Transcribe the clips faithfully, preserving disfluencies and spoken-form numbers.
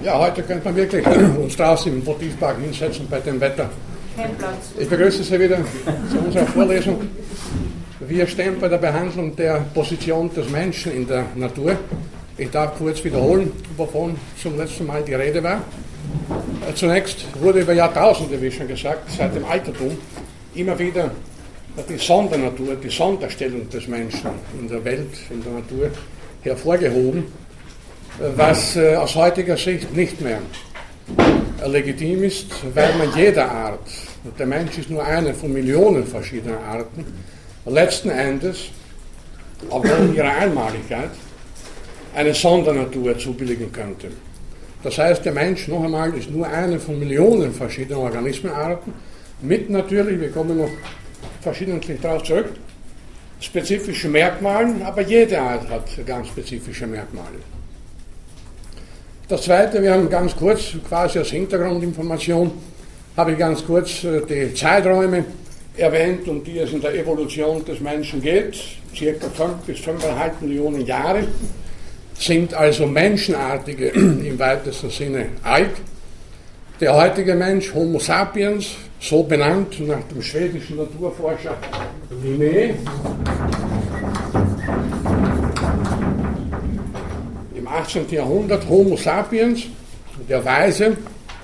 Ja, heute könnte man wirklich uns draußen im Votivpark hinsetzen bei dem Wetter. Kein Platz. Ich begrüße Sie wieder zu unserer Vorlesung. Wir stehen bei der Behandlung der Position des Menschen in der Natur. Ich darf kurz wiederholen, wovon zum letzten Mal die Rede war. Zunächst wurde über Jahrtausende, wie schon gesagt, seit dem Altertum immer wieder die Sondernatur, die Sonderstellung des Menschen in der Welt, in der Natur hervorgehoben, was äh, aus heutiger Sicht nicht mehr äh, legitim ist, weil man jeder Art, und der Mensch ist nur eine von Millionen verschiedener Arten, letzten Endes, aufgrund ihrer Einmaligkeit, eine Sondernatur zubilligen könnte. Das heißt, der Mensch, noch einmal, ist nur eine von Millionen verschiedenen Organismenarten, mit natürlich, wir kommen noch verschiedentlich darauf zurück, spezifischen Merkmalen, aber jede Art hat ganz spezifische Merkmale. Das Zweite, wir haben ganz kurz, quasi als Hintergrundinformation, habe ich ganz kurz die Zeiträume erwähnt, um die es in der Evolution des Menschen geht. Circa fünf bis fünfeinhalb Millionen Jahre sind also Menschenartige im weitesten Sinne alt. Der heutige Mensch, Homo sapiens, so benannt nach dem schwedischen Naturforscher Linné, im achtzehnten Jahrhundert, Homo sapiens, der Weise,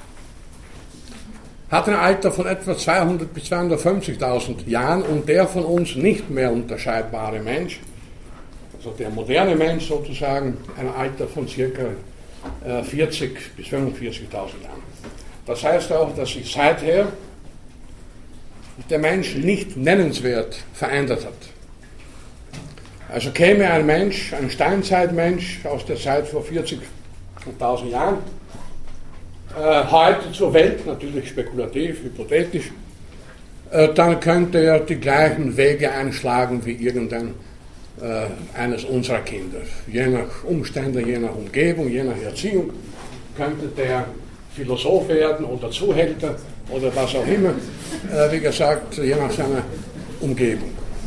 hat ein Alter von etwa zweihundert bis zweihundertfünfzigtausend Jahren und der von uns nicht mehr unterscheidbare Mensch, also der moderne Mensch sozusagen, ein Alter von ca. vierzig bis fünfundvierzigtausend Jahren. Das heißt auch, dass sich seither der Mensch nicht nennenswert verändert hat. Also käme ein Mensch, ein Steinzeitmensch aus der Zeit vor vierzigtausend Jahren, äh, heute zur Welt, natürlich spekulativ, hypothetisch, äh, dann könnte er die gleichen Wege einschlagen wie irgendein äh, eines unserer Kinder. Je nach Umständen, je nach Umgebung, je nach Erziehung könnte der Philosoph werden oder Zuhälter oder was auch immer, äh, wie gesagt, je nach seiner Umgebung.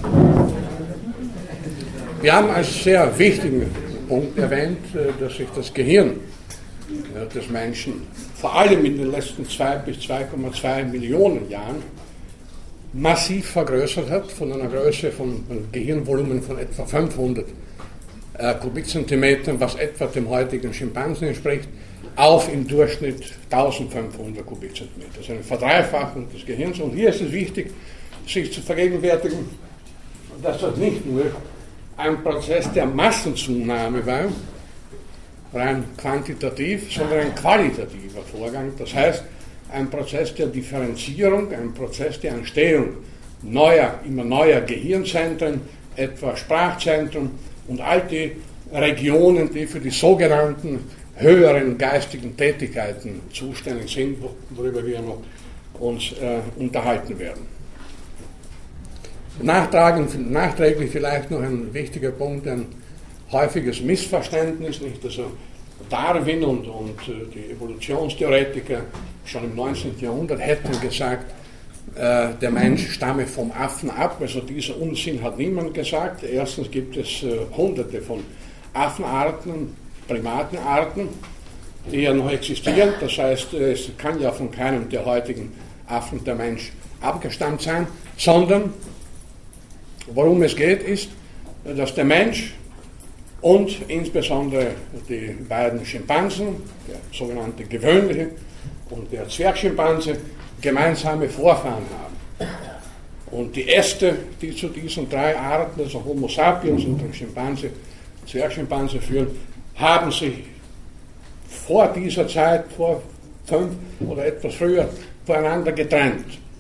Wir haben als sehr wichtigen Punkt erwähnt, äh, dass sich das Gehirn äh, des Menschen vor allem in den letzten zwei bis zwei Komma zwei Millionen Jahren massiv vergrößert hat, von einer Größe von einem Gehirnvolumen von etwa fünfhundert äh, Kubikzentimetern, was etwa dem heutigen Schimpansen entspricht, auf im Durchschnitt eintausendfünfhundert Kubikzentimeter. Das ist eine Verdreifachung des Gehirns. Und hier ist es wichtig, sich zu vergegenwärtigen, dass das nicht nur ein Prozess der Massenzunahme war, rein quantitativ, sondern ein qualitativer Vorgang. Das heißt, ein Prozess der Differenzierung, ein Prozess der Entstehung neuer, immer neuer Gehirnzentren, etwa Sprachzentren und all die Regionen, die für die sogenannten höheren geistigen Tätigkeiten zuständig sind, worüber wir noch uns äh, unterhalten werden. Nachträglich vielleicht noch ein wichtiger Punkt, ein häufiges Missverständnis, nicht? Also Darwin und, und äh, die Evolutionstheoretiker schon im neunzehnten Jahrhundert hätten gesagt, äh, der Mensch stamme vom Affen ab, also dieser Unsinn hat niemand gesagt. Erstens gibt es äh, hunderte von Affenarten, Primatenarten, die ja noch existieren. Das heißt, es kann ja von keinem der heutigen Affen der Mensch abgestammt sein, sondern worum es geht, ist, dass der Mensch und insbesondere die beiden Schimpansen, der sogenannte gewöhnliche und der Zwergschimpanse, gemeinsame Vorfahren haben. Und die Äste, die zu diesen drei Arten, also Homo sapiens und dem Schimpanse, Zwergschimpanse führen, haben sich vor dieser Zeit, vor fünf oder etwas früher, voneinander getrennt.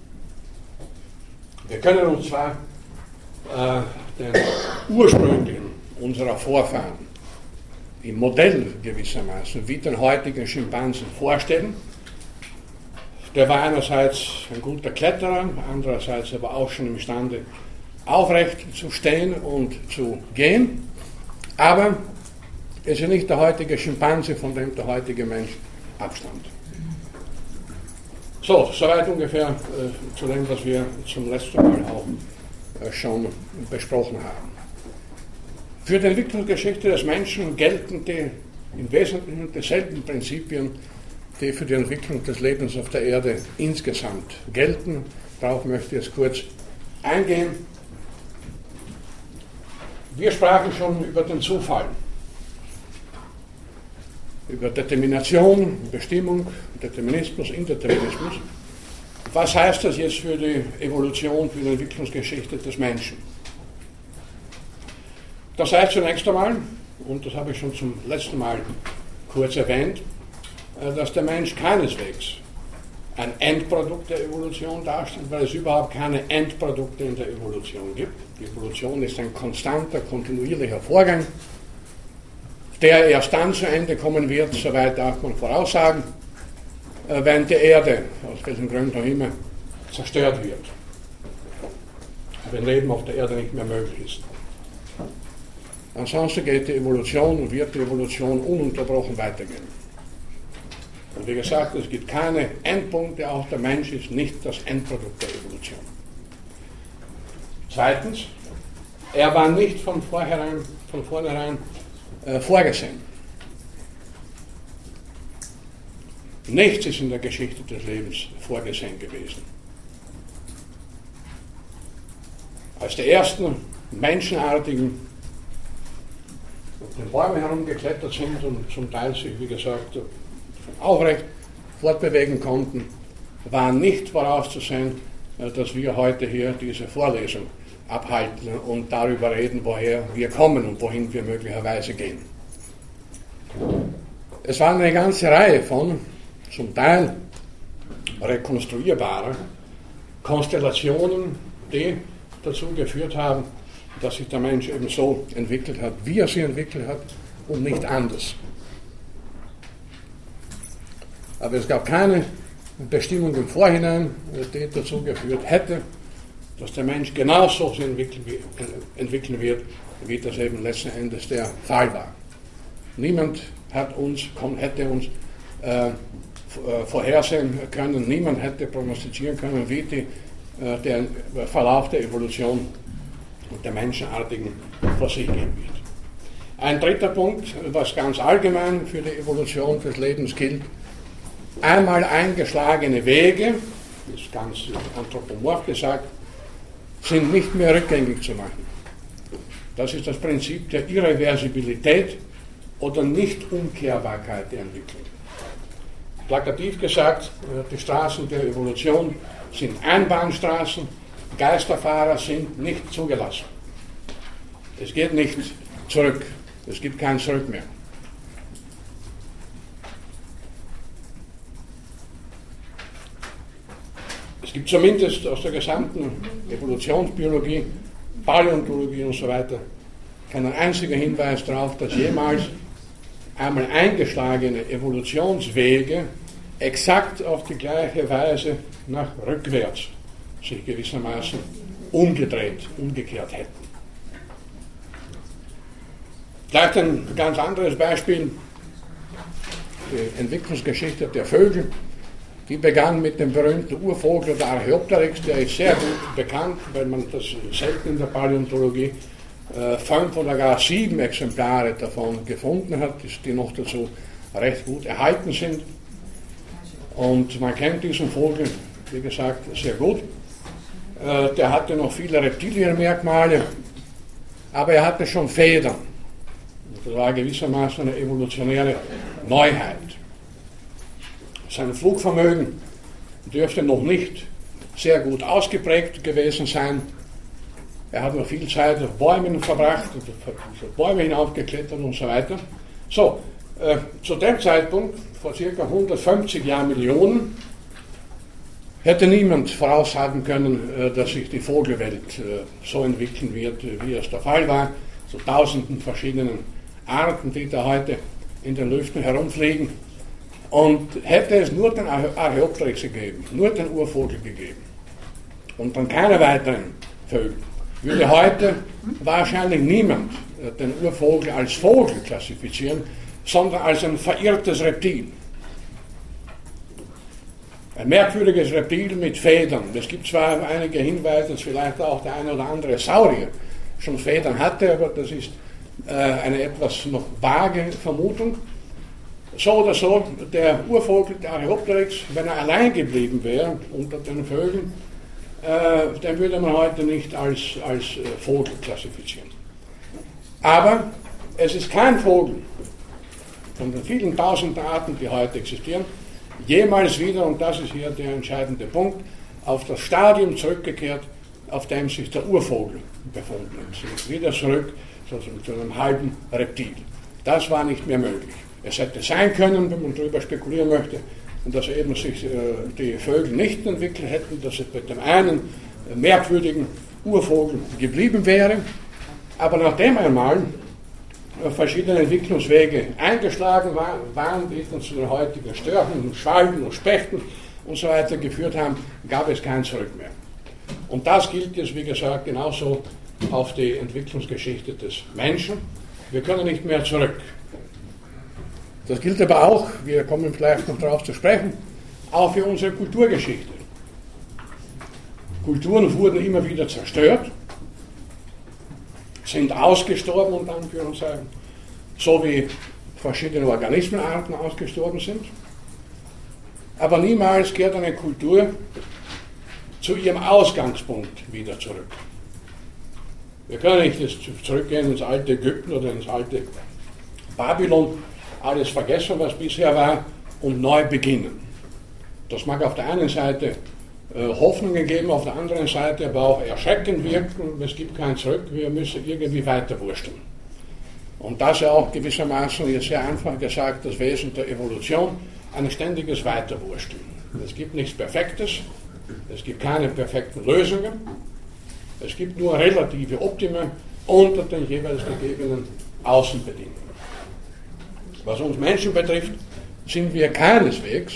Wir können uns zwar äh, den ursprünglichen unserer Vorfahren im Modell gewissermaßen wie den heutigen Schimpansen vorstellen. Der war einerseits ein guter Kletterer, andererseits aber auch schon imstande, aufrecht zu stehen und zu gehen. Aber es ist nicht der heutige Schimpanse, von dem der heutige Mensch abstammt. So, soweit ungefähr äh, zu dem, was wir zum letzten Mal auch äh, schon besprochen haben. Für die Entwicklungsgeschichte des Menschen gelten die im Wesentlichen dieselben Prinzipien, die für die Entwicklung des Lebens auf der Erde insgesamt gelten. Darauf möchte ich jetzt kurz eingehen. Wir sprachen schon über den Zufall, über Determination, Bestimmung, Determinismus, Indeterminismus. Was heißt das jetzt für die Evolution, für die Entwicklungsgeschichte des Menschen? Das heißt zunächst einmal, und das habe ich schon zum letzten Mal kurz erwähnt, dass der Mensch keineswegs ein Endprodukt der Evolution darstellt, weil es überhaupt keine Endprodukte in der Evolution gibt. Die Evolution ist ein konstanter, kontinuierlicher Vorgang, der erst dann zu Ende kommen wird, soweit darf man voraussagen, wenn die Erde, aus welchen Gründen auch immer, zerstört wird. Wenn Leben auf der Erde nicht mehr möglich ist. Ansonsten geht die Evolution und wird die Evolution ununterbrochen weitergehen. Und wie gesagt, es gibt keine Endpunkte, auch der Mensch ist nicht das Endprodukt der Evolution. Zweitens, er war nicht von vornherein, von vornherein äh, vorgesehen. Nichts ist in der Geschichte des Lebens vorgesehen gewesen. Als die ersten Menschenartigen auf den Bäumen herumgeklettert sind und zum Teil sich, wie gesagt, aufrecht fortbewegen konnten, war nicht vorauszusehen, dass wir heute hier diese Vorlesung abhalten und darüber reden, woher wir kommen und wohin wir möglicherweise gehen. Es war eine ganze Reihe von zum Teil rekonstruierbare Konstellationen, die dazu geführt haben, dass sich der Mensch eben so entwickelt hat, wie er sich entwickelt hat und nicht anders. Aber es gab keine Bestimmung im Vorhinein, die dazu geführt hätte, dass der Mensch genauso sich entwickeln wird, wie das eben letzten Endes der Fall war. Niemand hat uns, hätte uns äh, vorhersehen können, niemand hätte prognostizieren können, wie die, äh, der Verlauf der Evolution und der Menschenartigen vor sich gehen wird. Ein dritter Punkt, was ganz allgemein für die Evolution des Lebens gilt: einmal eingeschlagene Wege, das ist ganz anthropomorph gesagt, sind nicht mehr rückgängig zu machen. Das ist das Prinzip der Irreversibilität oder Nichtumkehrbarkeit der Entwicklung. Plakativ gesagt, die Straßen der Evolution sind Einbahnstraßen, Geisterfahrer sind nicht zugelassen. Es geht nicht zurück, es gibt kein Zurück mehr. Es gibt zumindest aus der gesamten Evolutionsbiologie, Paläontologie und so weiter keinen einzigen Hinweis darauf, dass jemals einmal eingeschlagene Evolutionswege exakt auf die gleiche Weise nach rückwärts sich gewissermaßen umgedreht, umgekehrt hätten. Vielleicht ein ganz anderes Beispiel, die Entwicklungsgeschichte der Vögel. Die begann mit dem berühmten Urvogel der Archaeopteryx, der ist sehr gut bekannt, weil man das selten in der Paläontologie äh, fünf oder gar sieben Exemplare davon gefunden hat, die noch dazu recht gut erhalten sind. Und man kennt diesen Vogel, wie gesagt, sehr gut. Äh, der hatte noch viele Reptilienmerkmale, aber er hatte schon Federn. Das war gewissermaßen eine evolutionäre Neuheit. Sein Flugvermögen dürfte noch nicht sehr gut ausgeprägt gewesen sein. Er hat noch viel Zeit auf Bäumen verbracht, auf Bäume hinaufgeklettert und so weiter. So, äh, zu dem Zeitpunkt, vor ca. hundertfünfzig Jahrmillionen, hätte niemand voraussagen können, äh, dass sich die Vogelwelt äh, so entwickeln wird, wie es der Fall war. So tausenden verschiedenen Arten, die da heute in den Lüften herumfliegen. Und hätte es nur den Archaeopteryx gegeben, nur den Urvogel gegeben und dann keine weiteren Vögel, würde heute wahrscheinlich niemand den Urvogel als Vogel klassifizieren, sondern als ein verirrtes Reptil. Ein merkwürdiges Reptil mit Federn. Es gibt zwar einige Hinweise, dass vielleicht auch der eine oder andere Saurier schon Federn hatte, aber das ist äh, eine etwas noch vage Vermutung. so oder so, der Urvogel, der Archaeopteryx, wenn er allein geblieben wäre unter den Vögeln, äh, den würde man heute nicht als, als äh, Vogel klassifizieren. Aber es ist kein Vogel von den vielen tausenden Arten, die heute existieren, jemals wieder, und das ist hier der entscheidende Punkt, auf das Stadium zurückgekehrt, auf dem sich der Urvogel befunden hat. Sie ist wieder zurück sozusagen zu einem halben Reptil. Das war nicht mehr möglich. Es hätte sein können, wenn man darüber spekulieren möchte, dass eben sich äh, die Vögel nicht entwickelt hätten, dass es mit dem einen äh, merkwürdigen Urvogel geblieben wäre. Aber nachdem einmal äh, verschiedene Entwicklungswege eingeschlagen war, waren, die dann zu den heutigen Störchen, Schwalben und Spechten und so weiter geführt haben, gab es kein Zurück mehr. Und das gilt jetzt, wie gesagt, genauso auf die Entwicklungsgeschichte des Menschen. Wir können nicht mehr zurück. Das gilt aber auch, wir kommen vielleicht noch darauf zu sprechen, auch für unsere Kulturgeschichte. Kulturen wurden immer wieder zerstört, sind ausgestorben, unter Anführungszeichen, so wie verschiedene Organismenarten ausgestorben sind. Aber niemals kehrt eine Kultur zu ihrem Ausgangspunkt wieder zurück. Wir können nicht jetzt zurückgehen ins alte Ägypten oder ins alte Babylon, alles vergessen, was bisher war, und neu beginnen. Das mag auf der einen Seite äh, Hoffnungen geben, auf der anderen Seite aber auch erschreckend wirken. Es gibt kein Zurück, wir müssen irgendwie weiterwursteln. Und das ist auch gewissermaßen, jetzt sehr einfach gesagt, das Wesen der Evolution, ein ständiges Weiterwursteln. Es gibt nichts Perfektes, es gibt keine perfekten Lösungen, es gibt nur relative Optime unter den jeweils gegebenen Außenbedingungen. Was uns Menschen betrifft, sind wir keineswegs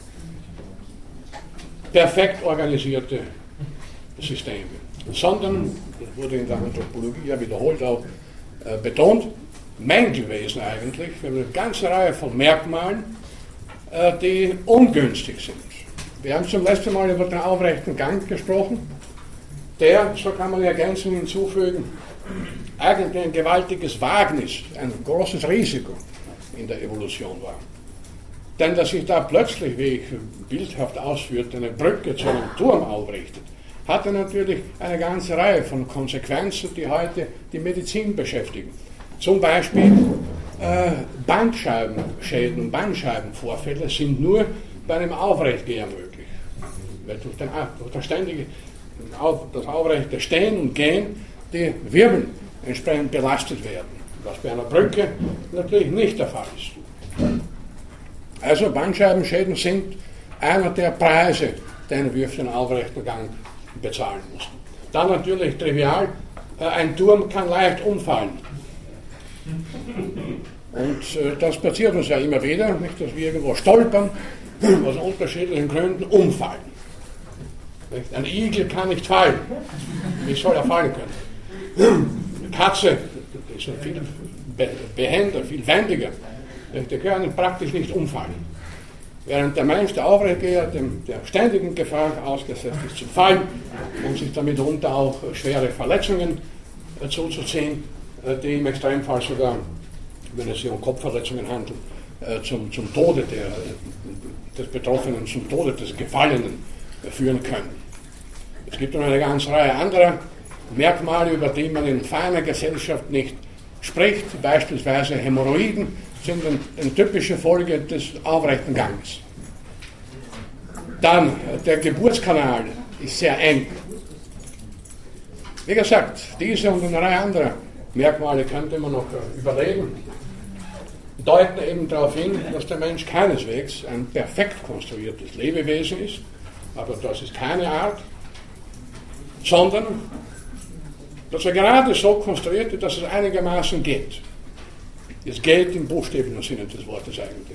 perfekt organisierte Systeme, sondern, das wurde in der Anthropologie ja wiederholt auch äh, betont, Mängelwesen eigentlich, wir haben eine ganze Reihe von Merkmalen, äh, die ungünstig sind. Wir haben zum letzten Mal über den aufrechten Gang gesprochen, der, so kann man ergänzend hinzufügen, eigentlich ein gewaltiges Wagnis, ein großes Risiko in der Evolution war. Denn dass sich da plötzlich, wie ich bildhaft ausführte, eine Brücke zu einem Turm aufrichtet, hatte natürlich eine ganze Reihe von Konsequenzen, die heute die Medizin beschäftigen. Zum Beispiel äh, Bandscheibenschäden und Bandscheibenvorfälle sind nur bei einem Aufrechtgeher möglich. Weil durch, den, durch das ständige, das aufrechte Stehen und Gehen die Wirbel entsprechend belastet werden, was bei einer Brücke natürlich nicht der Fall ist. Also Bandscheibenschäden sind einer der Preise, den wir für den aufrechten Gang bezahlen mussten. Dann natürlich trivial, ein Turm kann leicht umfallen. Und äh, das passiert uns ja immer wieder, nicht, dass wir irgendwo stolpern, aus unterschiedlichen Gründen umfallen. Nicht? Ein Igel kann nicht fallen. Wie soll er fallen können? Eine Katze, die ist viel behender, viel wendiger. Die können praktisch nicht umfallen. Während der Mensch, der Aufrechtgeher, dem, der ständigen Gefahr ausgesetzt ist zu fallen und sich damit mitunter auch schwere Verletzungen äh, zuzuziehen, äh, die im Extremfall sogar, wenn es sich um Kopfverletzungen handelt, äh, zum, zum Tode der, des Betroffenen, zum Tode des Gefallenen äh, führen können. Es gibt noch eine ganze Reihe anderer Merkmale, über die man in feiner Gesellschaft nicht spricht, beispielsweise Hämorrhoiden sind eine typische Folge des aufrechten Ganges. Dann, der Geburtskanal ist sehr eng. Wie gesagt, diese und eine Reihe anderer Merkmale könnte man noch überlegen, deuten eben darauf hin, dass der Mensch keineswegs ein perfekt konstruiertes Lebewesen ist, aber das ist keine Art, sondern dass er gerade so konstruiert ist, dass es einigermaßen geht. Es geht im buchstäblichen Sinne des Wortes eigentlich.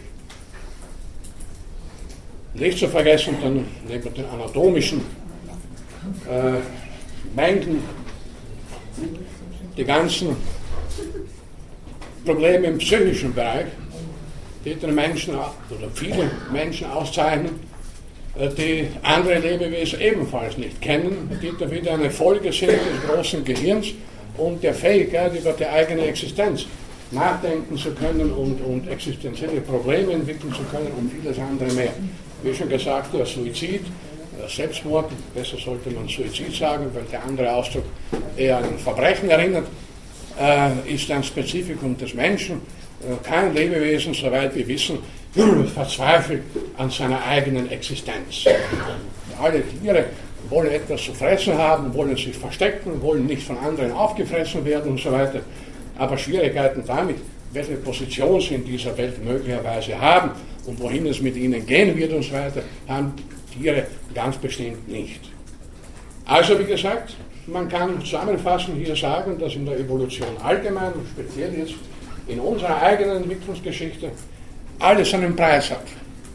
Nicht zu vergessen, dann neben den anatomischen äh, Mängeln, die ganzen Probleme im psychischen Bereich, die den Menschen oder viele Menschen auszeichnen, äh, die andere Lebewesen ebenfalls nicht kennen, die da wieder eine Folge sind des großen Gehirns und der Fähigkeit, über die eigene Existenz nachdenken zu können und, und existenzielle Probleme entwickeln zu können und vieles andere mehr. Wie schon gesagt, der Suizid, der Selbstmord, besser sollte man Suizid sagen, weil der andere Ausdruck eher an ein Verbrechen erinnert, äh, ist ein Spezifikum des Menschen. Äh, kein Lebewesen, soweit wir wissen, verzweifelt an seiner eigenen Existenz. Alle Tiere wollen etwas zu fressen haben, wollen sich verstecken, wollen nicht von anderen aufgefressen werden und so weiter. Aber Schwierigkeiten damit, welche Position sie in dieser Welt möglicherweise haben und wohin es mit ihnen gehen wird und so weiter, haben Tiere ganz bestimmt nicht. Also wie gesagt, man kann zusammenfassend hier sagen, dass in der Evolution allgemein und speziell jetzt in unserer eigenen Entwicklungsgeschichte alles einen Preis hat.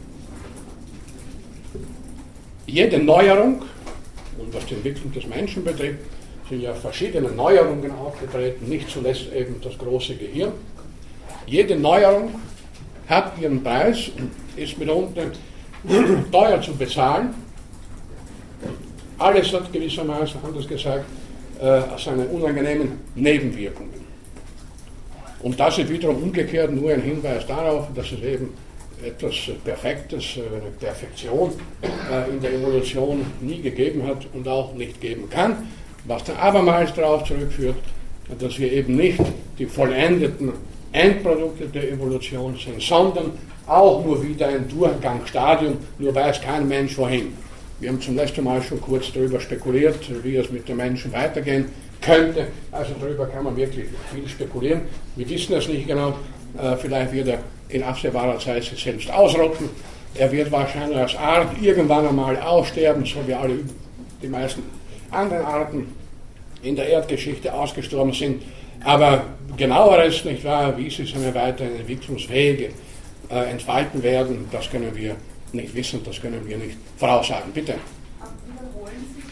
Jede Neuerung, und was die Entwicklung des Menschen betrifft, sind ja verschiedene Neuerungen aufgetreten, nicht zuletzt eben das große Gehirn. Jede Neuerung hat ihren Preis und ist mitunter teuer zu bezahlen. Alles hat gewissermaßen, anders gesagt, seine unangenehmen Nebenwirkungen. Und das ist wiederum umgekehrt nur ein Hinweis darauf, dass es eben etwas Perfektes, eine Perfektion in der Evolution nie gegeben hat und auch nicht geben kann, was dann abermals darauf zurückführt, dass wir eben nicht die vollendeten Endprodukte der Evolution sind, sondern auch nur wieder ein Durchgangsstadium, nur weiß kein Mensch wohin. Wir haben zum letzten Mal schon kurz darüber spekuliert, wie es mit den Menschen weitergehen könnte. Also darüber kann man wirklich viel spekulieren. Wir wissen es nicht genau. Äh, vielleicht wird er in absehbarer Zeit sich selbst ausrotten. Er wird wahrscheinlich als Art irgendwann einmal aussterben, so wie alle die meisten anderen Arten in der Erdgeschichte ausgestorben sind. Aber genaueres, nicht wahr, wie sie seine weiteren Entwicklungswege äh, entfalten werden, das können wir nicht wissen, das können wir nicht voraussagen. Bitte. Wiederholen sich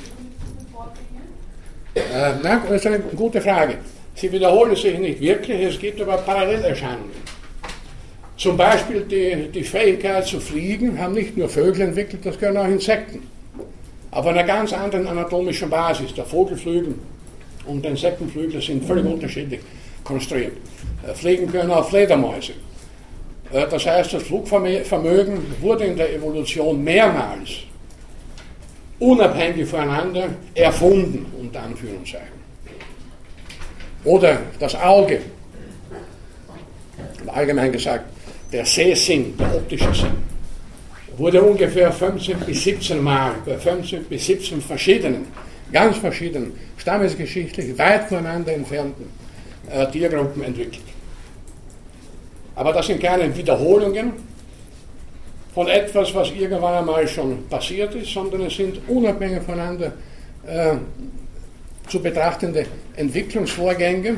diese Vorgänge? Äh, nein, das ist eine gute Frage. Sie wiederholen sich nicht wirklich, es gibt aber Parallelerscheinungen. Zum Beispiel die, die Fähigkeit zu fliegen haben nicht nur Vögel entwickelt, das können auch Insekten. Auf einer ganz anderen anatomischen Basis. Der Vogelflügel und der Insektenflügel sind völlig unterschiedlich konstruiert. Äh, fliegen können auch Fledermäuse. Äh, das heißt, das Flugvermögen wurde in der Evolution mehrmals unabhängig voneinander erfunden, unter Anführungszeichen. Oder das Auge, allgemein gesagt, der Sehsinn, der optische Sinn, wurde ungefähr fünfzehn bis siebzehn Mal bei fünfzehn bis siebzehn verschiedenen, ganz verschiedenen, stammesgeschichtlich weit voneinander entfernten äh, Tiergruppen entwickelt. Aber das sind keine Wiederholungen von etwas, was irgendwann einmal schon passiert ist, sondern es sind unabhängig voneinander äh, zu betrachtende Entwicklungsvorgänge.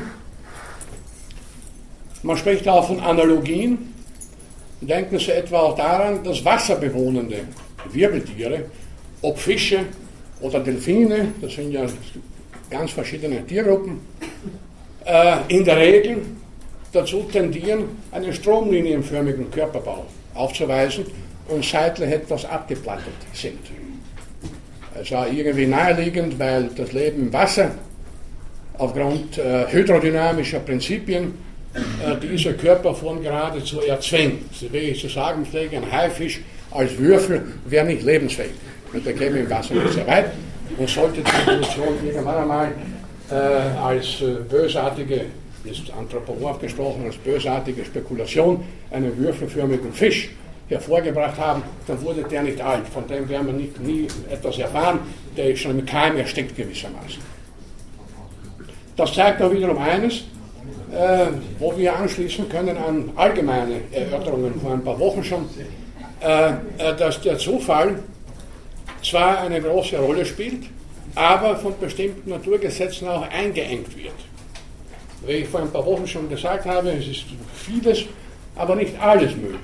Man spricht auch von Analogien. Denken Sie etwa auch daran, dass wasserbewohnende Wirbeltiere, ob Fische oder Delfine, das sind ja ganz verschiedene Tiergruppen, äh, in der Regel dazu tendieren, einen stromlinienförmigen Körperbau aufzuweisen und seitlich etwas abgeplattet sind. Also irgendwie naheliegend, weil das Leben im Wasser aufgrund äh, hydrodynamischer Prinzipien äh, diese Körperform geradezu erzwingt. So wie ich zu sagen pflege, ein Haifisch als Würfel wäre nicht lebensfähig. Und der käme im Wasser nicht sehr weit und sollte die Evolution irgendwann einmal äh, als äh, bösartige, ist anthropomorph gesprochen, als bösartige Spekulation einen würfelförmigen Fisch hervorgebracht haben, dann wurde der nicht alt. Von dem werden wir nicht, nie etwas erfahren. Der ist schon im Keim erstickt gewissermaßen. Das zeigt auch wiederum eines, äh, wo wir anschließen können an allgemeine Erörterungen vor ein paar Wochen schon, äh, äh, dass der Zufall zwar eine große Rolle spielt, aber von bestimmten Naturgesetzen auch eingeengt wird. Wie ich vor ein paar Wochen schon gesagt habe, es ist vieles, aber nicht alles möglich.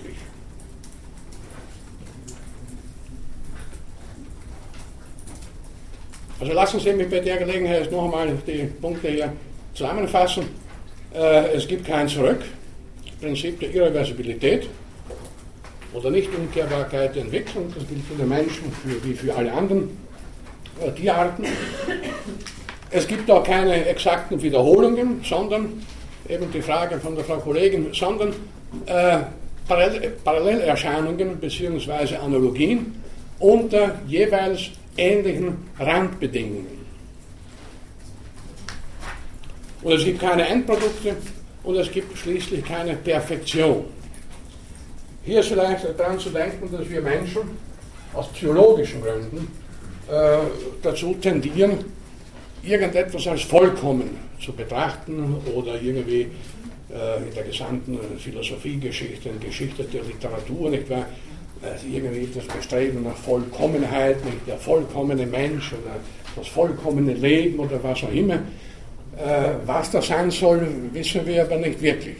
Also lassen Sie mich bei der Gelegenheit noch einmal die Punkte hier zusammenfassen. Äh, es gibt kein Zurück, Prinzip der Irreversibilität oder Nichtumkehrbarkeit der Entwicklung, das gilt für den Menschen für, wie für alle anderen äh, Tierarten. Es gibt auch keine exakten Wiederholungen, sondern eben die Frage von der Frau Kollegin, sondern äh, Parallel Parallelerscheinungen bzw. Analogien unter jeweils ähnlichen Randbedingungen. Und es gibt keine Endprodukte und es gibt schließlich keine Perfektion. Hier ist vielleicht daran zu denken, dass wir Menschen aus psychologischen Gründen äh, dazu tendieren, irgendetwas als vollkommen zu betrachten oder irgendwie äh, in der gesamten Philosophiegeschichte, in Geschichte der Literatur, nicht wahr? Also irgendwie das Bestreben nach Vollkommenheit, nicht der vollkommene Mensch oder das vollkommene Leben oder was auch immer. Äh, was das sein soll, wissen wir aber nicht wirklich.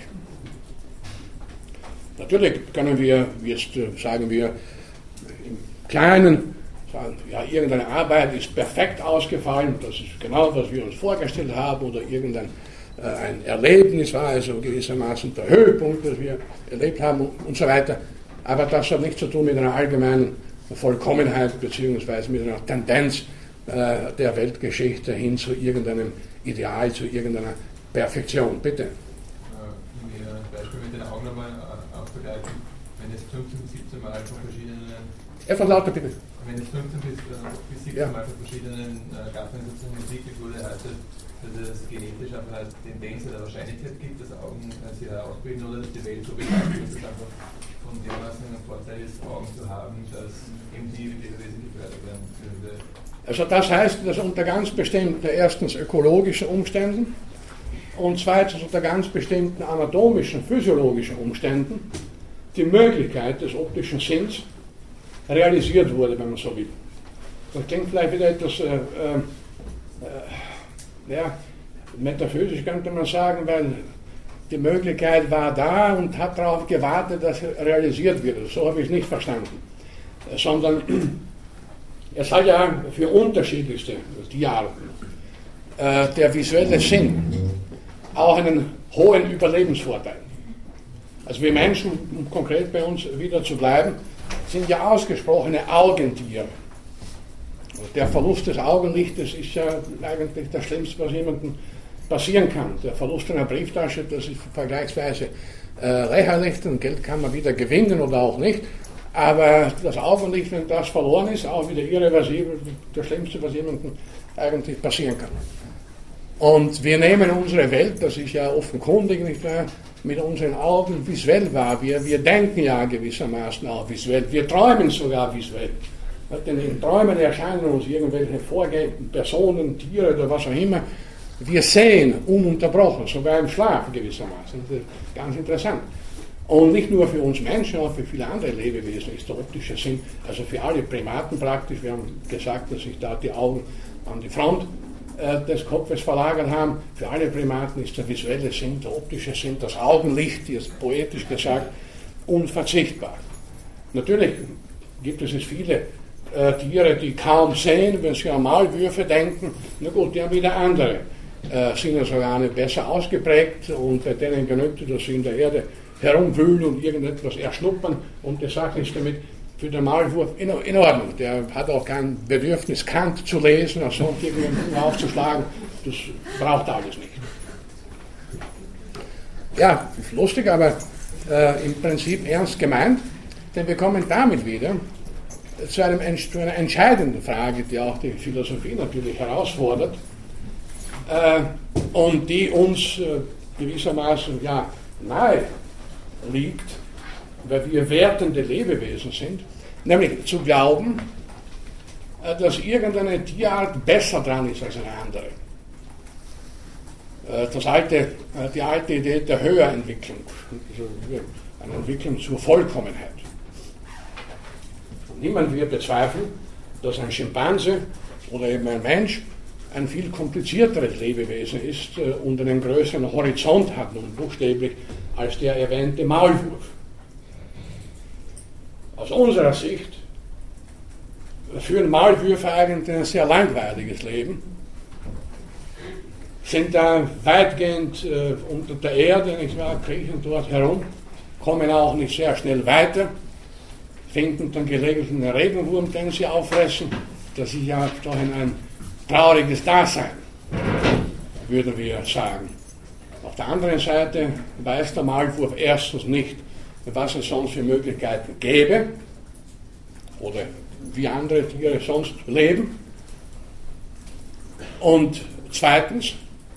Natürlich können wir, jetzt sagen wir, im Kleinen sagen, ja, irgendeine Arbeit ist perfekt ausgefallen, das ist genau, was wir uns vorgestellt haben, oder irgendein äh, ein Erlebnis war also gewissermaßen der Höhepunkt, das wir erlebt haben und, und so weiter. Aber das hat nichts zu tun mit einer allgemeinen Vollkommenheit beziehungsweise mit einer Tendenz äh, der Weltgeschichte hin zu irgendeinem Ideal, zu irgendeiner Perfektion. Bitte. Um Ihr Beispiel mit den Augen nochmal aufzugreifen, wenn es fünfzehn bis siebzehn Mal von verschiedenen... Etwas lauter, bitte. Wenn es fünfzehn bis siebzehn ja. Mal von verschiedenen äh, Gattungen sozusagen entwickelt wurde, heißt das, dass es genetisch einfach eine Tendenz oder Wahrscheinlichkeit gibt, dass Augen äh, sich herausbilden oder dass die Welt so betrachtet, dass es einfach von dermaßen ein Vorteil ist, Augen zu haben, dass eben die Lebewesen gefördert werden würde. Also das heißt, dass unter ganz bestimmten, erstens ökologischen Umständen und zweitens unter ganz bestimmten anatomischen, physiologischen Umständen die Möglichkeit des optischen Sinns realisiert wurde, wenn man so will. Das klingt vielleicht wieder etwas äh, äh, ja, metaphysisch, könnte man sagen, weil die Möglichkeit war da und hat darauf gewartet, dass realisiert wird. So habe ich es nicht verstanden. Sondern es hat ja für unterschiedlichste Tierarten äh, der visuelle Sinn auch einen hohen Überlebensvorteil. Also wir Menschen, um konkret bei uns wieder zu bleiben, sind ja ausgesprochene Augentiere. Der Verlust des Augenlichtes ist ja eigentlich das Schlimmste, was jemandem passieren kann. Der Verlust einer Brieftasche, das ist vergleichsweise äh, lächerlich, und Geld kann man wieder gewinnen oder auch nicht. Aber das Augenlicht, wenn das verloren ist, auch wieder irreversibel, das Schlimmste, was jemandem eigentlich passieren kann. Und wir nehmen unsere Welt, das ist ja offenkundig, nicht wahr, mit unseren Augen visuell wahr. Wir, wir denken ja gewissermaßen auch visuell. Wir träumen sogar visuell. Denn in Träumen erscheinen uns irgendwelche vorgehenden Personen, Tiere oder was auch immer. Wir sehen ununterbrochen, sogar im Schlaf gewissermaßen. Das ist ganz interessant. Und nicht nur für uns Menschen, auch für viele andere Lebewesen ist der optische Sinn, also für alle Primaten praktisch. Wir haben gesagt, dass sich da die Augen an die Front äh, des Kopfes verlagert haben. Für alle Primaten ist der visuelle Sinn, der optische Sinn, das Augenlicht, jetzt poetisch gesagt, unverzichtbar. Natürlich gibt es viele äh, Tiere, die kaum sehen, wenn sie an Maulwürfe denken. Na gut, die haben wieder andere äh, Sinnesorgane besser ausgeprägt und bei denen genügt es, dass sie in der Erde herumwühlen und irgendetwas erschnuppern und die Sache ist damit für den Maulwurf in, in Ordnung. Der hat auch kein Bedürfnis, Kant zu lesen oder sonst irgendeinen aufzuschlagen. Das braucht alles nicht. Ja, ist lustig, aber äh, im Prinzip ernst gemeint, denn wir kommen damit wieder zu, einem, zu einer entscheidenden Frage, die auch die Philosophie natürlich herausfordert äh, und die uns äh, gewissermaßen ja, nahe liegt, weil wir wertende Lebewesen sind, nämlich zu glauben, dass irgendeine Tierart besser dran ist als eine andere. Das alte, die alte Idee der Höherentwicklung, also eine Entwicklung zur Vollkommenheit. Und niemand wird bezweifeln, dass ein Schimpanse oder eben ein Mensch ein viel komplizierteres Lebewesen ist und einen größeren Horizont hat, und buchstäblich als der erwähnte Maulwurf. Aus unserer Sicht führen Maulwürfe eigentlich ein sehr langweiliges Leben, sind da weitgehend äh, unter der Erde, nicht wahr, kriechen dort herum, kommen auch nicht sehr schnell weiter, finden dann gelegentlich einen Regenwurm, den sie auffressen. Das ist ja doch ein trauriges Dasein, würden wir sagen. Auf der anderen Seite weiß der Maulwurf erstens nicht, was es sonst für Möglichkeiten gäbe oder wie andere Tiere sonst leben. Und zweitens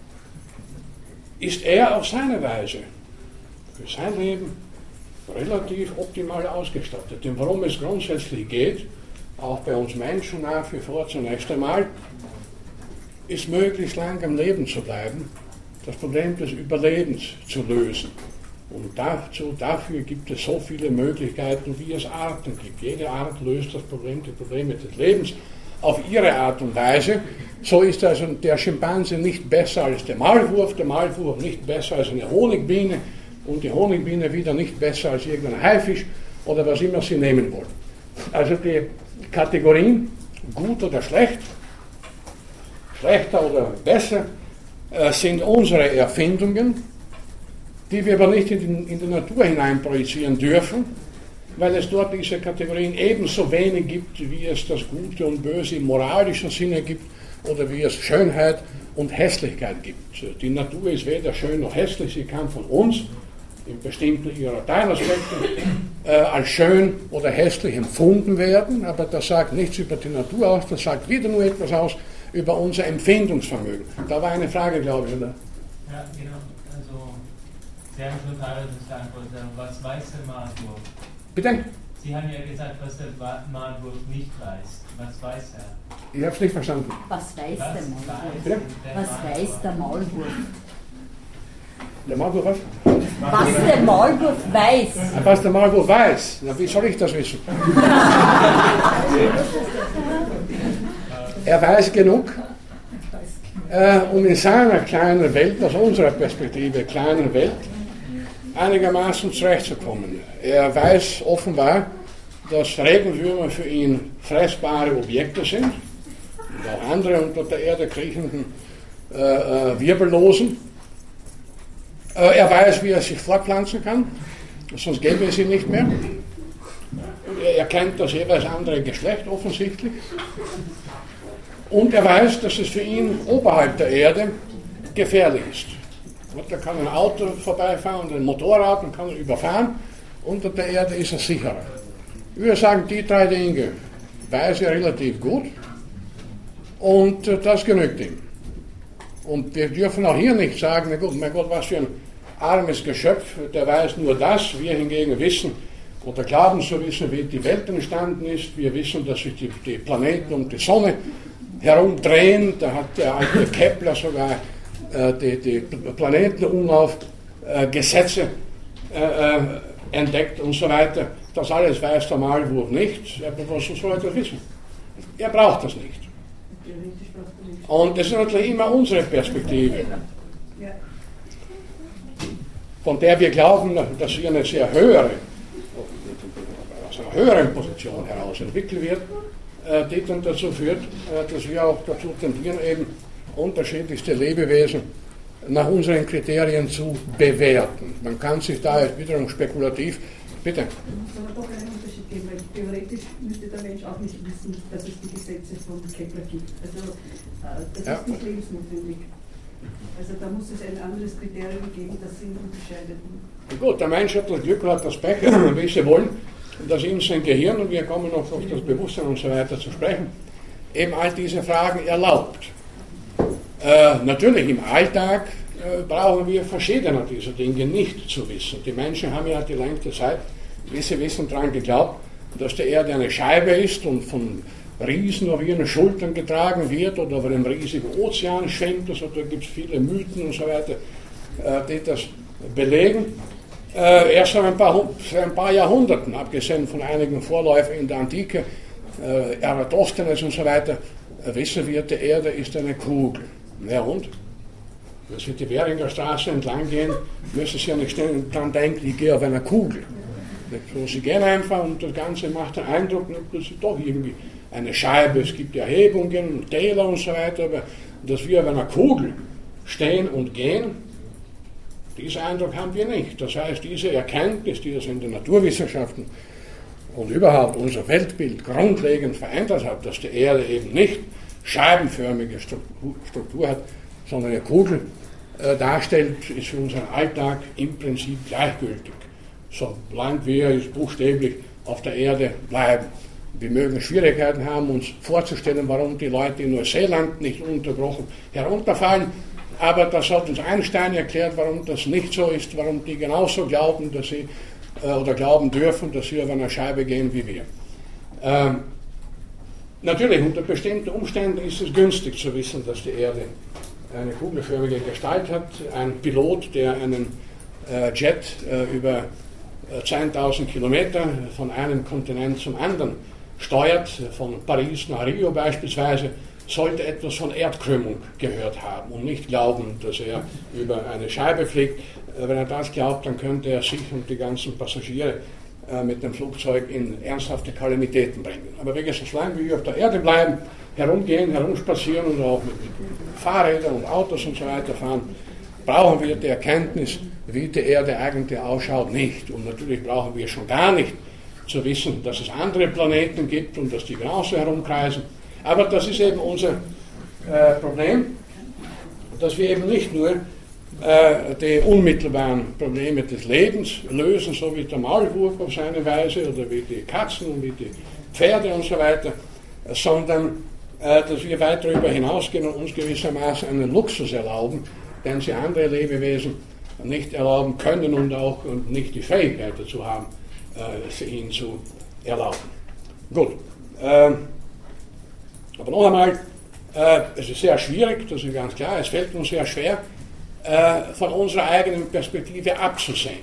ist er auf seine Weise für sein Leben relativ optimal ausgestattet. Denn worum es grundsätzlich geht, auch bei uns Menschen nach wie vor zunächst einmal, ist möglichst lang am Leben zu bleiben, das Problem des Überlebens zu lösen. Und dazu, dafür gibt es so viele Möglichkeiten, wie es Arten gibt. Jede Art löst das Problem, die Probleme des Lebens auf ihre Art und Weise. So ist also der Schimpanse nicht besser als der Maulwurf, der Maulwurf nicht besser als eine Honigbiene und die Honigbiene wieder nicht besser als irgendein Haifisch oder was immer Sie nehmen wollen. Also die Kategorien gut oder schlecht, schlechter oder besser, äh, sind unsere Erfindungen, die wir aber nicht in die, in die Natur hinein projizieren dürfen, weil es dort diese Kategorien ebenso wenig gibt, wie es das Gute und Böse im moralischen Sinne gibt oder wie es Schönheit und Hässlichkeit gibt. Die Natur ist weder schön noch hässlich, sie kann von uns in bestimmten ihrer Teilaspekte äh, als schön oder hässlich empfunden werden, aber das sagt nichts über die Natur aus, das sagt wieder nur etwas aus über unser Empfindungsvermögen. Da war eine Frage, glaube ich, oder? Ja, genau. Also, Sie haben schon teilweise geantwortet, was weiß der Maulwurf? Bitte? Sie haben ja gesagt, was der Maulwurf nicht weiß. Was weiß er? Ich habe es nicht verstanden. Was weiß Was der Maulwurf? weiß Was weiß der Maulwurf? Der Maulwurf was? Was der Maulwurf weiß. Was der Maulwurf weiß? Na, wie soll ich das wissen? Er weiß genug, äh, um in seiner kleinen Welt, aus unserer Perspektive kleinen Welt, einigermaßen zurechtzukommen. Er weiß offenbar, dass Regenwürmer für ihn fressbare Objekte sind und auch andere unter der Erde kriechenden äh, äh, Wirbellosen. Äh, er weiß, wie er sich fortpflanzen kann, sonst gäbe es ihn nicht mehr. Er erkennt das jeweils andere Geschlecht offensichtlich. Und er weiß, dass es für ihn oberhalb der Erde gefährlich ist. Da kann ein Auto vorbeifahren und ein Motorrad und kann ihn überfahren. Unter der Erde ist er sicherer. Ich würde sagen, die drei Dinge weiß er relativ gut und das genügt ihm. Und wir dürfen auch hier nicht sagen, na gut, mein Gott, was für ein armes Geschöpf, der weiß nur das. Wir hingegen wissen oder glauben zu wissen, wie die Welt entstanden ist. Wir wissen, dass sich die, die Planeten um die Sonne herumdrehen. Da hat der alte Kepler sogar äh, die, die Planetenumlaufgesetze äh, äh, entdeckt und so weiter. Das alles weiß der Maulwurf nicht. Aber was soll er das wissen? Er braucht das nicht. Und das ist natürlich immer unsere Perspektive, von der wir glauben, dass sie eine sehr höhere, aus einer höheren Position heraus entwickelt wird, die dann dazu führt, dass wir auch dazu tendieren, eben unterschiedlichste Lebewesen nach unseren Kriterien zu bewerten. Man kann sich da jetzt wiederum spekulativ, bitte. Es muss aber doch einen Unterschied geben, weil theoretisch müsste der Mensch auch nicht wissen, dass es die Gesetze von Kepler gibt. Also das ja. ist nicht lebensnotwendig. Also da muss es ein anderes Kriterium geben, das ihn unterscheidet. Gut, der Mensch hat das Glück, hat das Pech, wie Sie wollen, dass ihm sein Gehirn, und wir kommen noch auf das Bewusstsein und so weiter zu sprechen, eben all diese Fragen erlaubt. Äh, natürlich im Alltag äh, brauchen wir verschiedene dieser Dinge nicht zu wissen. Die Menschen haben ja die längste Zeit, wie sie wissen, daran geglaubt, dass die Erde eine Scheibe ist und von Riesen auf ihren Schultern getragen wird oder auf einem riesigen Ozean schwimmt. Also da gibt es viele Mythen und so weiter, äh, die das belegen. Äh, erst seit ein, ein paar Jahrhunderten, abgesehen von einigen Vorläufern in der Antike, äh, Eratosthenes und so weiter, äh, wissen wir, die Erde ist eine Kugel. Ja und? Wenn Sie die Währinger Straße entlang gehen, müssen Sie ja nicht ständig daran denken, ich gehe auf einer Kugel. So, Sie gehen einfach und das Ganze macht den Eindruck, dass Sie doch irgendwie eine Scheibe, es gibt Erhebungen, Täler und so weiter, aber dass wir auf einer Kugel stehen und gehen, diesen Eindruck haben wir nicht. Das heißt, diese Erkenntnis, die das in den Naturwissenschaften und überhaupt unser Weltbild grundlegend verändert hat, dass die Erde eben nicht scheibenförmige Struktur hat, sondern eine Kugel, äh, darstellt, ist für unseren Alltag im Prinzip gleichgültig. Solange wir buchstäblich auf der Erde bleiben. Wir mögen Schwierigkeiten haben, uns vorzustellen, warum die Leute in Neuseeland nicht ununterbrochen herunterfallen. Aber das hat uns Einstein erklärt, warum das nicht so ist, warum die genauso glauben, dass sie äh, oder glauben dürfen, dass sie auf einer Scheibe gehen wie wir. Ähm, natürlich, unter bestimmten Umständen ist es günstig zu wissen, dass die Erde eine kugelförmige Gestalt hat. Ein Pilot, der einen äh, Jet äh, über zehntausend Kilometer von einem Kontinent zum anderen steuert, von Paris nach Rio beispielsweise, sollte etwas von Erdkrümmung gehört haben und nicht glauben, dass er über eine Scheibe fliegt. Wenn er das glaubt, dann könnte er sich und die ganzen Passagiere mit dem Flugzeug in ernsthafte Kalamitäten bringen. Aber wie gesagt, solange wir auf der Erde bleiben, herumgehen, herumspazieren und auch mit Fahrrädern und Autos und so weiter fahren, brauchen wir die Erkenntnis, wie die Erde eigentlich ausschaut, nicht. Und natürlich brauchen wir schon gar nicht zu wissen, dass es andere Planeten gibt und dass die genauso herumkreisen. Aber das ist eben unser äh, Problem, dass wir eben nicht nur äh, die unmittelbaren Probleme des Lebens lösen, so wie der Maulwurf auf seine Weise oder wie die Katzen und wie die Pferde und so weiter, sondern äh, dass wir weit darüber hinausgehen und uns gewissermaßen einen Luxus erlauben, den sie andere Lebewesen nicht erlauben können und auch nicht die Fähigkeit dazu haben, äh, ihn zu erlauben. Gut. Ähm, aber noch einmal, äh, es ist sehr schwierig, das ist ganz klar, es fällt uns sehr schwer, äh, von unserer eigenen Perspektive abzusehen.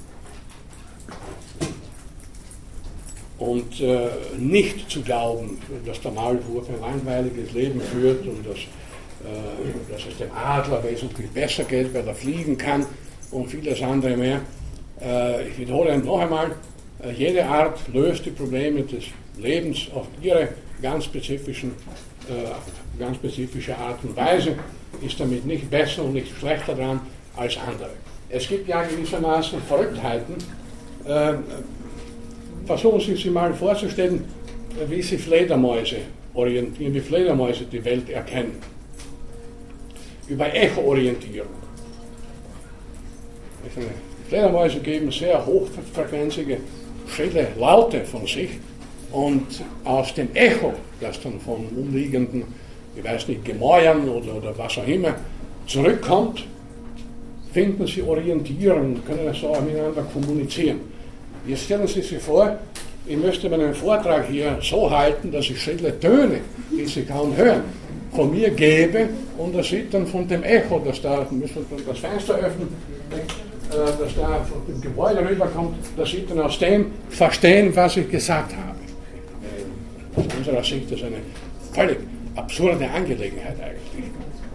Und äh, nicht zu glauben, dass der Maulwurf ein langweiliges Leben führt und dass, äh, dass es dem Adler wesentlich besser geht, weil er fliegen kann und vieles andere mehr. Äh, ich wiederhole noch einmal, äh, jede Art löst die Probleme des Lebens auf ihre ganz, spezifischen, äh, ganz spezifische Art und Weise, ist damit nicht besser und nicht schlechter dran als andere. Es gibt ja gewissermaßen Verrücktheiten. Äh, versuchen Sie sich mal vorzustellen, wie sich Fledermäuse orientieren, wie Fledermäuse die Welt erkennen. Über Echo-Orientierung. Fledermäuse geben sehr hochfrequenzige, schrille Laute von sich und aus dem Echo, das dann von umliegenden, ich weiß nicht, Gemäuern oder, oder was auch immer zurückkommt, finden sie Orientierung und können so miteinander kommunizieren. Jetzt stellen Sie sich vor, ich möchte meinen Vortrag hier so halten, dass ich schrille Töne, die Sie kaum hören, von mir gebe und das sieht dann von dem Echo, das da, müssen wir das Fenster öffnen, das da von dem Gebäude rüberkommt, das sieht dann aus dem verstehen, was ich gesagt habe. Aus unserer Sicht ist eine völlig absurde Angelegenheit eigentlich.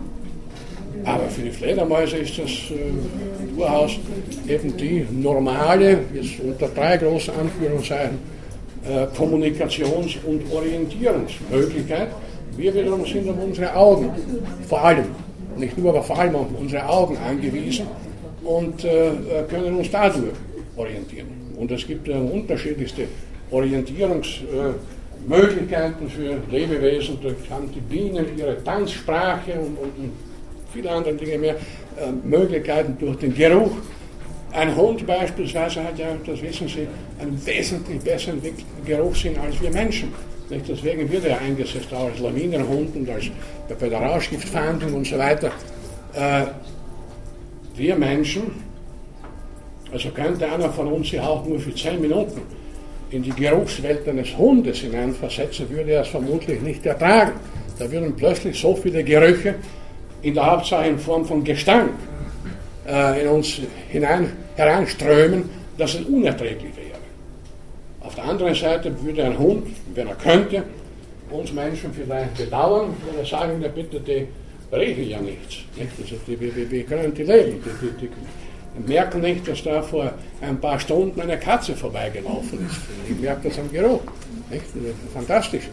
Aber für die Fledermäuse ist das äh, durchaus eben die normale, jetzt unter drei großen Anführungszeichen, äh, Kommunikations- und Orientierungsmöglichkeit. Wir wiederum sind auf unsere Augen, vor allem, nicht nur, aber vor allem auf unsere Augen angewiesen und äh, können uns dadurch orientieren. Und es gibt äh, unterschiedlichste Orientierungsmöglichkeiten äh, für Lebewesen. Da haben die Bienen ihre Tanzsprache und, und, und viele andere Dinge mehr, äh, Möglichkeiten durch den Geruch. Ein Hund beispielsweise hat ja, das wissen Sie, einen wesentlich besser entwickelten Geruchssinn als wir Menschen. Nicht? Deswegen wird er eingesetzt auch als Lawinenhund und als, bei der Rauschgiftfahndung und so weiter. Äh, wir Menschen, also könnte einer von uns sich auch nur für zehn Minuten in die Geruchswelt eines Hundes hineinversetzen, würde er es vermutlich nicht ertragen. Da würden plötzlich so viele Gerüche in der Hauptsache in Form von Gestank äh, in uns hinein, hereinströmen, dass es unerträglich wäre. Auf der anderen Seite würde ein Hund, wenn er könnte, uns Menschen vielleicht bedauern, würde er sagen, ja bitte, die riechen ja nichts. Nicht? Also die, wie, wie können die leben? Die, die, die merken nicht, dass da vor ein paar Stunden eine Katze vorbeigelaufen ist. Ich merke das am Geruch. Nicht? Fantastisch.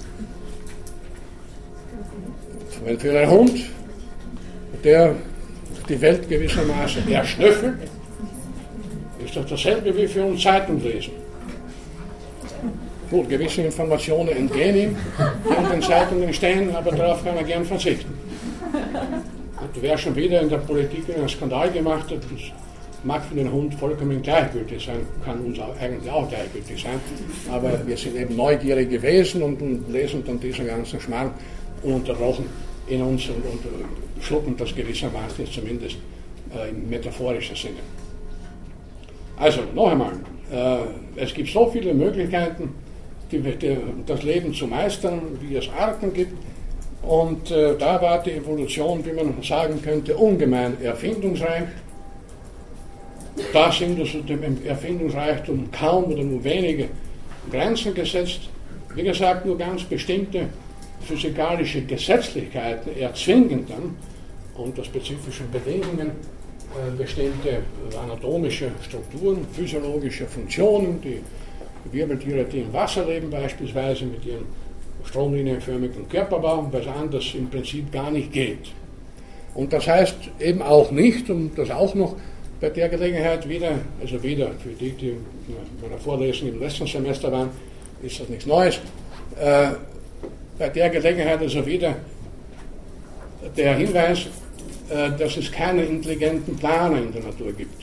Wenn für einen Hund, der die Welt gewissermaßen erschnüffelt, ist das dasselbe wie für uns Zeitung lesen. Gut, gewisse Informationen entgehen ihm, die in den Zeitungen stehen, aber darauf kann er gern verzichten. wer schon wieder in der Politik einen Skandal gemacht hat, das mag für den Hund vollkommen gleichgültig sein, kann uns auch eigentlich auch gleichgültig sein, aber wir sind eben neugierig gewesen und, und lesen dann diesen ganzen Schmarrn ununterbrochen in uns und, und schlucken das gewissermaßen zumindest äh, im metaphorischen Sinne. Also, noch einmal, äh, es gibt so viele Möglichkeiten, die, die, das Leben zu meistern, wie es Arten gibt, und äh, da war die Evolution, wie man sagen könnte, ungemein erfindungsreich. Da sind also dem Erfindungsreichtum kaum oder nur wenige Grenzen gesetzt. Wie gesagt, nur ganz bestimmte physikalische Gesetzlichkeiten erzwingen dann unter spezifischen Bedingungen äh, bestimmte anatomische Strukturen, physiologische Funktionen, die Wirbeltiere, die im Wasser leben beispielsweise mit ihrem stromlinienförmigen Körperbau, was anders im Prinzip gar nicht geht. Und das heißt eben auch nicht, um das auch noch bei der Gelegenheit wieder, also wieder für die, die in meiner Vorlesung im letzten Semester waren, ist das nichts Neues, äh, bei der Gelegenheit also wieder der Hinweis, äh, dass es keine intelligenten Planer in der Natur gibt.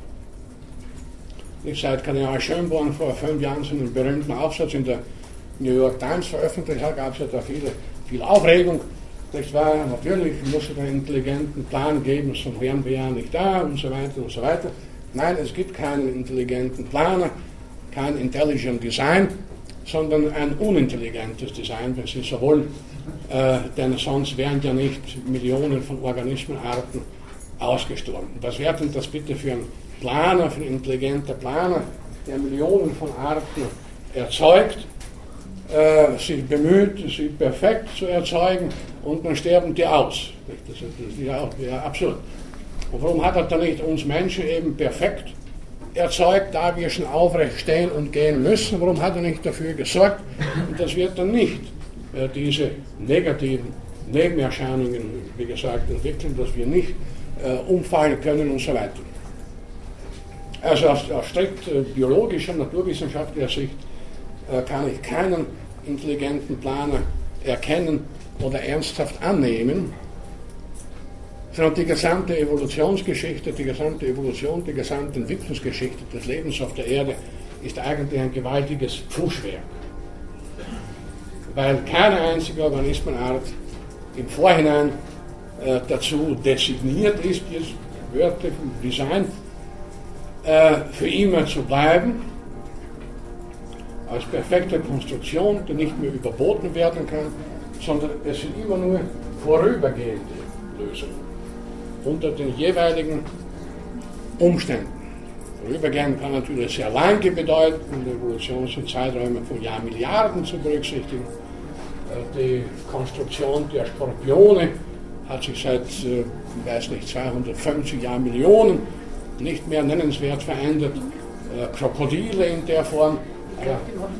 Nicht seit Kardinal Schönborn vor fünf Jahren so einen berühmten Aufsatz in der New York Times veröffentlicht hat, gab es ja da viele, viel Aufregung. Das war natürlich, muss es einen intelligenten Plan geben, sonst wären wir ja nicht da und so weiter und so weiter. Nein, es gibt keinen intelligenten Planer, kein Intelligent Design, sondern ein unintelligentes Design, wenn Sie so wollen, äh, denn sonst wären ja nicht Millionen von Organismenarten ausgestorben. Was wäre denn das bitte für ein Planer, für ein intelligenter Planer, der Millionen von Arten erzeugt, äh, sich bemüht, sie perfekt zu erzeugen, und dann sterben die aus. Das ist ja auch ja, absurd. Und warum hat er dann nicht uns Menschen eben perfekt erzeugt, da wir schon aufrecht stehen und gehen müssen? Warum hat er nicht dafür gesorgt, dass wir dann nicht äh, diese negativen Nebenerscheinungen, wie gesagt, entwickeln, dass wir nicht äh, umfallen können und so weiter? Also aus, aus strikt äh, biologischer, naturwissenschaftlicher Sicht äh, kann ich keinen intelligenten Planer erkennen oder ernsthaft annehmen, sondern die gesamte Evolutionsgeschichte, die gesamte Evolution, die gesamte Entwicklungsgeschichte des Lebens auf der Erde ist eigentlich ein gewaltiges Pfuschwerk. Weil keine einzige Organismenart im Vorhinein äh, dazu designiert ist, jetzt wörtlich im Design, äh, für immer zu bleiben, als perfekte Konstruktion, die nicht mehr überboten werden kann, sondern es sind immer nur vorübergehende Lösungen unter den jeweiligen Umständen. Vorübergehend kann natürlich sehr lange bedeuten, in der Evolution sind Zeiträume von Jahrmilliarden zu berücksichtigen. Die Konstruktion der Skorpione hat sich seit, ich weiß nicht, zweihundertfünfzig Jahrmillionen nicht mehr nennenswert verändert. Krokodile in der Form. Ja.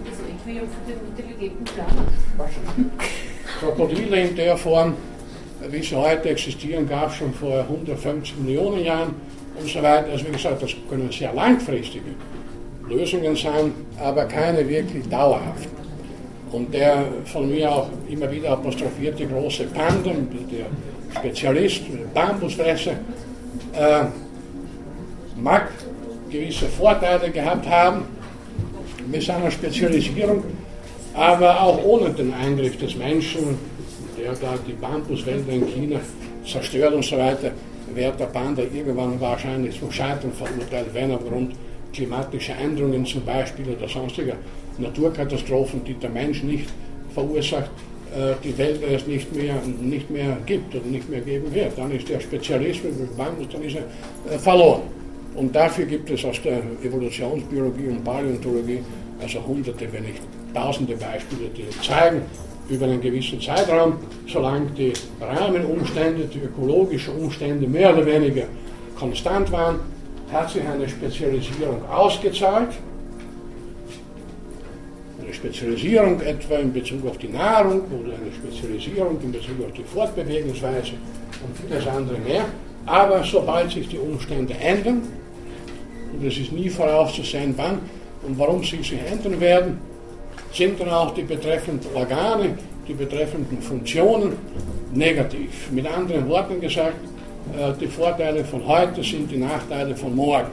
Krokodile in der Form, wie sie heute existieren, gab es schon vor hundertfünfzig Millionen Jahren und so weiter. Also wie gesagt, das können sehr langfristige Lösungen sein, aber keine wirklich dauerhaften. Und der von mir auch immer wieder apostrophierte große Panda, der Spezialist mit Bambusfresser, äh, mag gewisse Vorteile gehabt haben mit seiner Spezialisierung, aber auch ohne den Eingriff des Menschen, der da die Bambuswälder in China zerstört und so weiter, wäre der Panda irgendwann wahrscheinlich zum Scheitern verurteilt, wenn aufgrund klimatischer Änderungen zum Beispiel oder sonstiger Naturkatastrophen, die der Mensch nicht verursacht, die Wälder es nicht mehr, nicht mehr gibt oder nicht mehr geben wird. Dann ist der Spezialist mit Bambus, dann ist er verloren. Und dafür gibt es aus der Evolutionsbiologie und Paläontologie also hunderte, wenn nicht tausende Beispiele, die zeigen, über einen gewissen Zeitraum, solange die Rahmenumstände, die ökologischen Umstände mehr oder weniger konstant waren, hat sich eine Spezialisierung ausgezahlt. Eine Spezialisierung etwa in Bezug auf die Nahrung oder eine Spezialisierung in Bezug auf die Fortbewegungsweise und vieles andere mehr. Aber sobald sich die Umstände ändern, und es ist nie vorauszusehen, wann und warum sie sich ändern werden, sind dann auch die betreffenden Organe, die betreffenden Funktionen negativ. Mit anderen Worten gesagt, äh, die Vorteile von heute sind die Nachteile von morgen.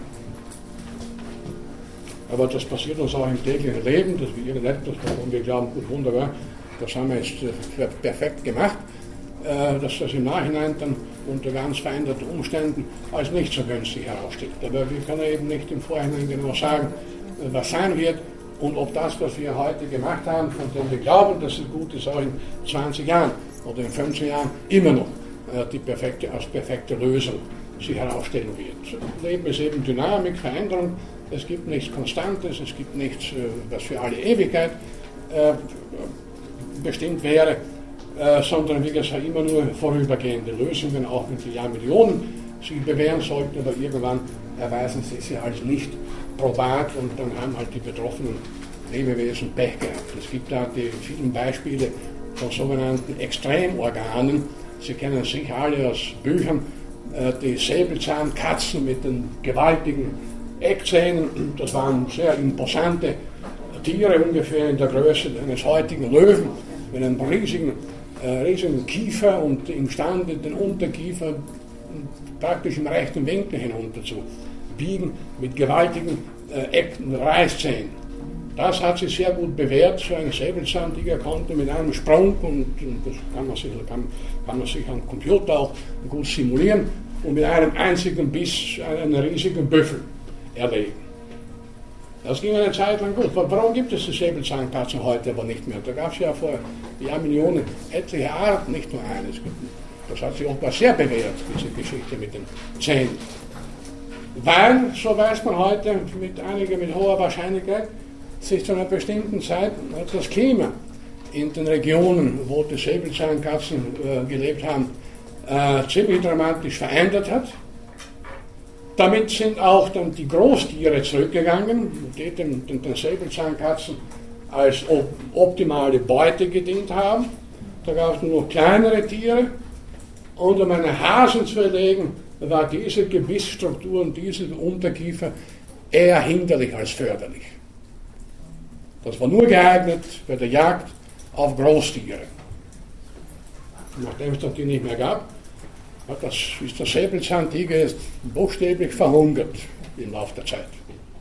Aber das passiert uns auch im täglichen Leben, dass wir irgendetwas, wovon wir glauben, gut, wunderbar, das haben wir jetzt äh, perfekt gemacht, äh, dass das im Nachhinein dann unter ganz veränderten Umständen als nicht so günstig herausstellt. Aber wir können eben nicht im Vorhinein genau sagen, äh, was sein wird und ob das, was wir heute gemacht haben, von dem wir glauben, dass es gut ist, auch in zwanzig Jahren oder in fünfzehn Jahren immer noch äh, die perfekte, als perfekte Lösung sich herausstellen wird. Leben ist eben Dynamik, Veränderung. Es gibt nichts Konstantes, es gibt nichts, was für alle Ewigkeit äh, bestimmt wäre, äh, sondern wie gesagt immer nur vorübergehende Lösungen, auch wenn die Jahrmillionen sich bewähren sollten, aber irgendwann erweisen sie sich als nicht probat und dann haben halt die betroffenen Lebewesen Pech gehabt. Es gibt da die vielen Beispiele von sogenannten Extremorganen. Sie kennen sicher alle aus Büchern, äh, die Säbelzahnkatzen mit den gewaltigen Eckzähnen, das waren sehr imposante Tiere, ungefähr in der Größe eines heutigen Löwen, mit einem riesigen, äh, riesigen Kiefer und imstande, den Unterkiefer praktisch im rechten Winkel hinunter zu biegen, mit gewaltigen äh, Ecken, Reißzähnen. Das hat sich sehr gut bewährt, so ein Säbelzahntiger konnte mit einem Sprung, und, und das kann man, sich, kann, kann man sich am Computer auch gut simulieren, und mit einem einzigen Biss einen riesigen Büffel erlegen. Das ging eine Zeit lang gut. Warum gibt es die Säbelzahnkatzen heute aber nicht mehr? Da gab es ja vor Jahrmillionen etliche Arten, nicht nur eines. Das hat sich auch sehr bewährt, diese Geschichte mit den Zähnen. Weil, so weiß man heute mit einiger, mit hoher Wahrscheinlichkeit, sich zu einer bestimmten Zeit das Klima in den Regionen, wo die Säbelzahnkatzen äh, gelebt haben, äh, ziemlich dramatisch verändert hat. Damit sind auch dann die Großtiere zurückgegangen, die den, den, den Säbelzahnkatzen als op optimale Beute gedient haben. Da gab es nur noch kleinere Tiere, und um einen Hasen zu erlegen, war diese Gebissstruktur und diese Unterkiefer eher hinderlich als förderlich. Das war nur geeignet bei der Jagd auf Großtiere. Nachdem es dann die nicht mehr gab, das ist der Säbelzahntiger jetzt buchstäblich verhungert im Laufe der Zeit.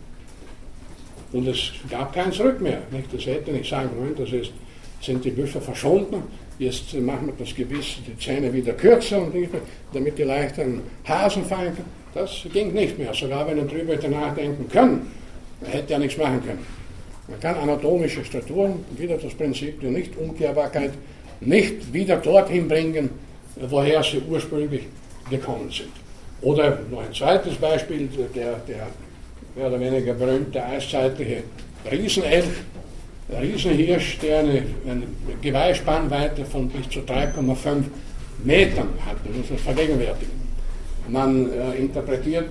Und es gab kein Zurück mehr. Nicht? Das hätte nicht sagen wollen, das ist, sind die Büffel verschwunden, jetzt machen wir das Gebiss, die Zähne wieder kürzer, und nicht mehr, damit die leichter einen Hasen fangen können. Das ging nicht mehr, sogar wenn man darüber hätte nachdenken können, man hätte ja nichts machen können. Man kann anatomische Strukturen, wieder das Prinzip der Nichtumkehrbarkeit, nicht wieder dorthin bringen, woher sie ursprünglich gekommen sind. Oder noch ein zweites Beispiel, der, der mehr oder weniger berühmte eiszeitliche Riesenelch, der Riesenhirsch, der eine, eine Geweihspannweite von bis zu drei Komma fünf Metern hat. Man muss das vergegenwärtigen. Man äh, interpretiert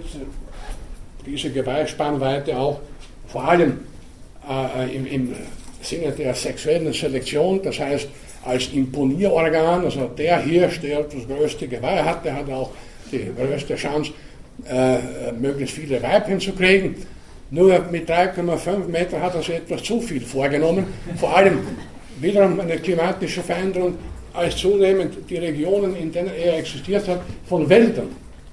diese Geweihspannweite auch vor allem äh, im, im Sinne der sexuellen Selektion, das heißt als Imponierorgan, also der Hirsch, der das größte Geweih hat, der hat auch die größte Chance, äh, möglichst viele Weibchen zu kriegen. Nur mit drei Komma fünf Metern hat er sich etwas zu viel vorgenommen, vor allem wiederum eine klimatische Veränderung, als zunehmend die Regionen, in denen er existiert hat, von Wäldern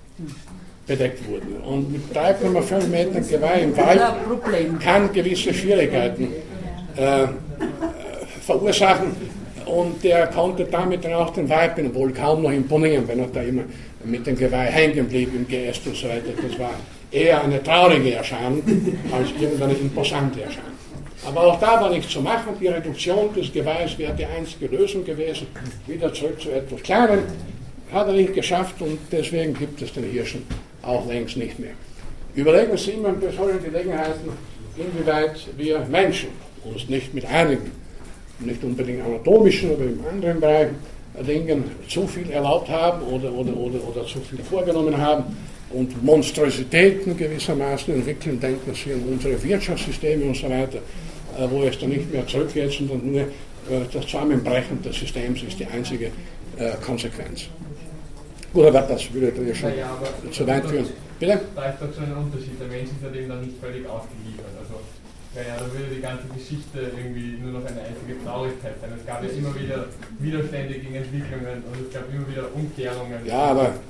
bedeckt wurden. Und mit drei Komma fünf Metern Geweih im Wald kann gewisse Schwierigkeiten äh, verursachen, und der konnte damit dann auch den Weibchen wohl kaum noch imponieren, wenn er da immer mit dem Geweih hängen blieb im Geäst und so weiter. Das war eher eine traurige Erscheinung als irgendeine imposante Erscheinung. Aber auch da war nichts zu machen. Die Reduktion des Geweihs wäre die einzige Lösung gewesen. Wieder zurück zu etwas Kleinem. Hat er nicht geschafft, und deswegen gibt es den Hirschen auch längst nicht mehr. Überlegen Sie immer bei solchen Gelegenheiten, inwieweit wir Menschen uns nicht mit einigen, nicht unbedingt anatomischen, aber in anderen Bereichen Dingen zu viel erlaubt haben oder, oder, oder, oder zu viel vorgenommen haben und Monstrositäten gewissermaßen entwickeln. Denken Sie an unsere Wirtschaftssysteme und so weiter, wo es dann nicht mehr zurückgeht, sondern nur das Zusammenbrechen des Systems ist die einzige äh, Konsequenz. Gut, aber das würde ja schon ja, zu weit führen. Bitte? Da ist doch schon ein Unterschied. Der Mensch ist ja dem dann nicht völlig ausgeliefert. Also, ja, ja, da würde die ganze Geschichte irgendwie nur noch eine einzige Traurigkeit sein. Es gab ja immer wieder Widerstände gegen Entwicklungen und es gab immer wieder Umkehrungen. Ja, aber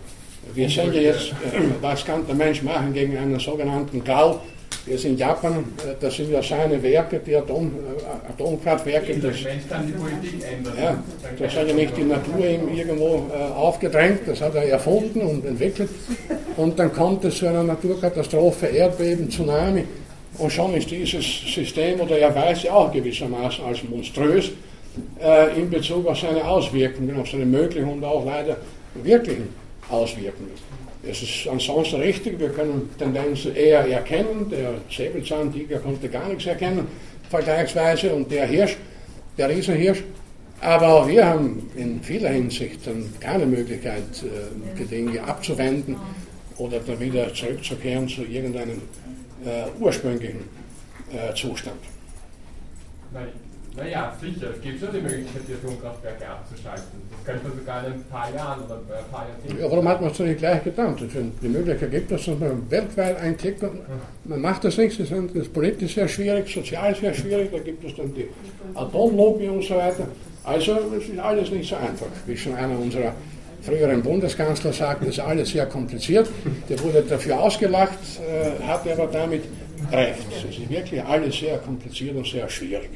Wir sehen ja jetzt, was kann der Mensch machen gegen einen sogenannten GAU. Das in Japan, das sind ja seine Werke, die Atom, Atomkraftwerke. Das, der Mensch kann die Politik ändern. Ja, das hat ja nicht die Natur ihm irgendwo äh, aufgedrängt, das hat er erfunden und entwickelt. Und dann kommt es zu einer Naturkatastrophe, Erdbeben, Tsunami. Und schon ist dieses System, oder er weiß ja auch gewissermaßen als monströs, äh, in Bezug auf seine Auswirkungen, auf seine möglichen und auch leider wirklichen Auswirkungen. Es ist ansonsten richtig, wir können Tendenzen eher erkennen. Der Säbelzahntiger konnte gar nichts erkennen, vergleichsweise, und der Hirsch, der Riesenhirsch. Aber auch wir haben in vieler Hinsicht keine Möglichkeit, die Dinge abzuwenden oder dann wieder zurückzukehren zu irgendeinem äh, ursprünglichen äh, Zustand. Naja, sicher, es gibt schon die Möglichkeit, die Atomkraftwerke abzuschalten. Das könnte man sogar in ein paar Jahren oder ein paar Jahrzehnten. Ja, warum hat man es nicht gleich getan? Die Möglichkeit gibt es, dass man weltweit einklickt. Man macht das nicht, das ist politisch sehr schwierig, sozial sehr schwierig, da gibt es dann die Atomlobby und so weiter. Also es ist alles nicht so einfach. Wie schon einer unserer früheren Bundeskanzler sagt, ist alles sehr kompliziert. Der wurde dafür ausgelacht, äh, hatte aber damit recht. Es ist wirklich alles sehr kompliziert und sehr schwierig.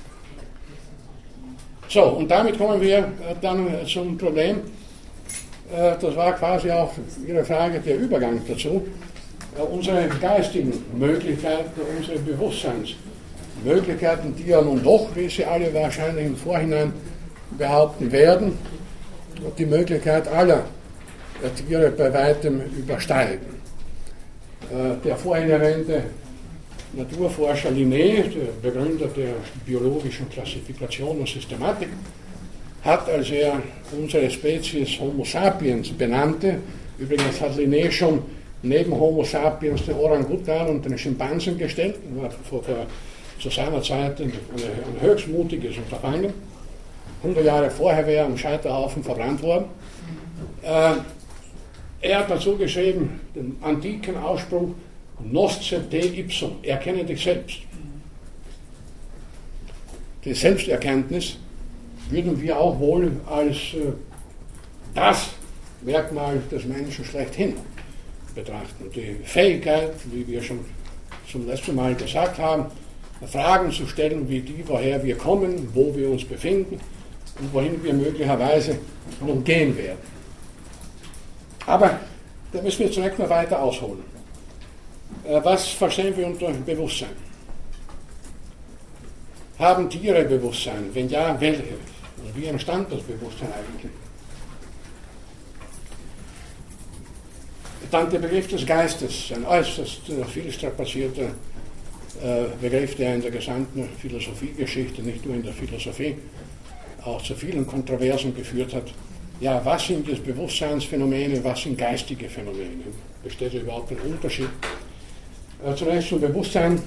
So, und damit kommen wir äh, dann äh, zum Problem. Äh, das war quasi auch Ihre Frage, der Übergang dazu. Äh, unsere geistigen Möglichkeiten, unsere Bewusstseinsmöglichkeiten, die ja nun doch, wie Sie alle wahrscheinlich im Vorhinein behaupten werden, die Möglichkeit aller äh, Tiere bei weitem übersteigen. Äh, der vorhin erwähnte Naturforscher Linné, der Begründer der biologischen Klassifikation und Systematik, hat, als er unsere Spezies Homo sapiens benannte, übrigens hat Linné schon neben Homo sapiens den Orangutan und den Schimpansen gestellt, war vor, vor, zu seiner Zeit ein, ein höchst mutiges Unterfangen. hundert Jahre vorher wäre er am Scheiterhaufen verbrannt worden. Äh, er hat dazu geschrieben, den antiken Ausspruch, Nosce te ipsum, erkenne dich selbst. Die Selbsterkenntnis würden wir auch wohl als äh, das Merkmal des Menschen schlechthin betrachten. Die Fähigkeit, wie wir schon zum letzten Mal gesagt haben, Fragen zu stellen wie die, woher wir kommen, wo wir uns befinden und wohin wir möglicherweise nun gehen werden. Aber da müssen wir zunächst mal weiter ausholen. Was verstehen wir unter Bewusstsein? Haben Tiere Bewusstsein? Wenn ja, welche? Und wie entstand das Bewusstsein eigentlich? Dann der Begriff des Geistes, ein äußerst viel strapazierter äh, Begriff, der in der gesamten Philosophiegeschichte, nicht nur in der Philosophie, auch zu vielen Kontroversen geführt hat. Ja, was sind jetzt Bewusstseinsphänomene, was sind geistige Phänomene? Besteht überhaupt ein Unterschied? Äh, zunächst zum Bewusstsein.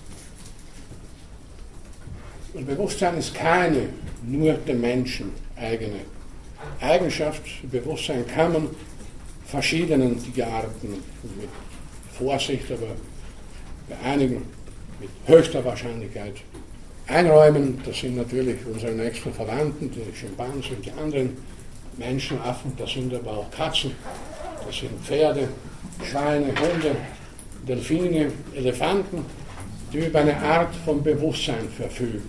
Und Bewusstsein ist keine nur dem Menschen eigene Eigenschaft. Bewusstsein kann man verschiedenen Tierarten mit Vorsicht, aber bei einigen mit höchster Wahrscheinlichkeit einräumen. Das sind natürlich unsere nächsten Verwandten, die Schimpansen und die anderen Menschenaffen, das sind aber auch Katzen, das sind Pferde, Schweine, Hunde, Delfine, Elefanten, die über eine Art von Bewusstsein verfügen.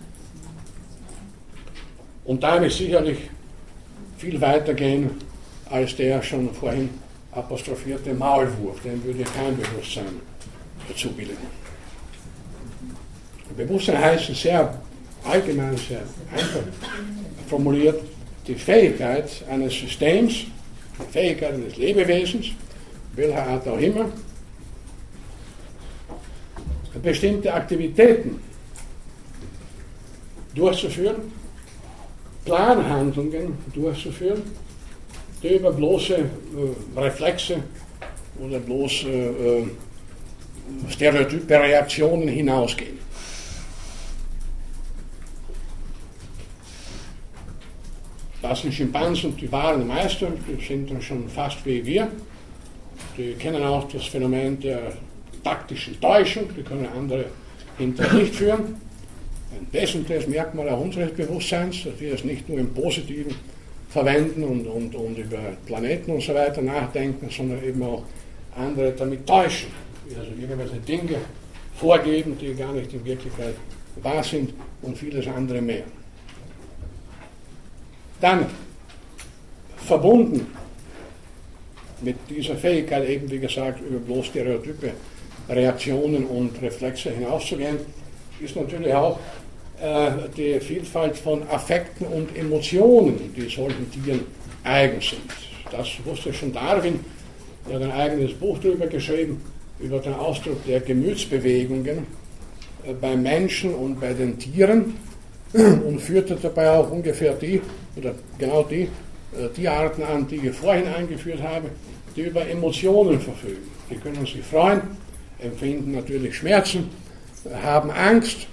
Und damit sicherlich viel weiter gehen als der schon vorhin apostrophierte Maulwurf, dem würde kein Bewusstsein zubilligen. Bewusstsein heißt sehr allgemein, sehr einfach formuliert, die Fähigkeit eines Systems, die Fähigkeit eines Lebewesens, welcher Art auch immer, bestimmte Aktivitäten durchzuführen, Planhandlungen durchzuführen, die über bloße äh, Reflexe oder bloße äh, stereotype Reaktionen hinausgehen. Das sind Schimpansen, die wahren Meister, die sind dann schon fast wie wir. Die kennen auch das Phänomen der taktischen Täuschung, die können andere hinter Licht führen. Ein wesentliches Merkmal auch unseres Bewusstseins, dass wir es nicht nur im Positiven verwenden und, und, und über Planeten und so weiter nachdenken, sondern eben auch andere damit täuschen, also irgendwelche Dinge vorgeben, die gar nicht in Wirklichkeit wahr sind und vieles andere mehr. Dann verbunden mit dieser Fähigkeit eben, wie gesagt, über bloß Stereotype, Reaktionen und Reflexe hinauszugehen, ist natürlich auch äh, die Vielfalt von Affekten und Emotionen, die solchen Tieren eigen sind. Das wusste schon Darwin, der hat ein eigenes Buch darüber geschrieben, über den Ausdruck der Gemütsbewegungen äh, beim Menschen und bei den Tieren und führte dabei auch ungefähr die, oder genau die, äh, die Arten an, die ich vorhin eingeführt habe, die über Emotionen verfügen. Die können sich freuen, empfinden natürlich Schmerzen, haben Angst,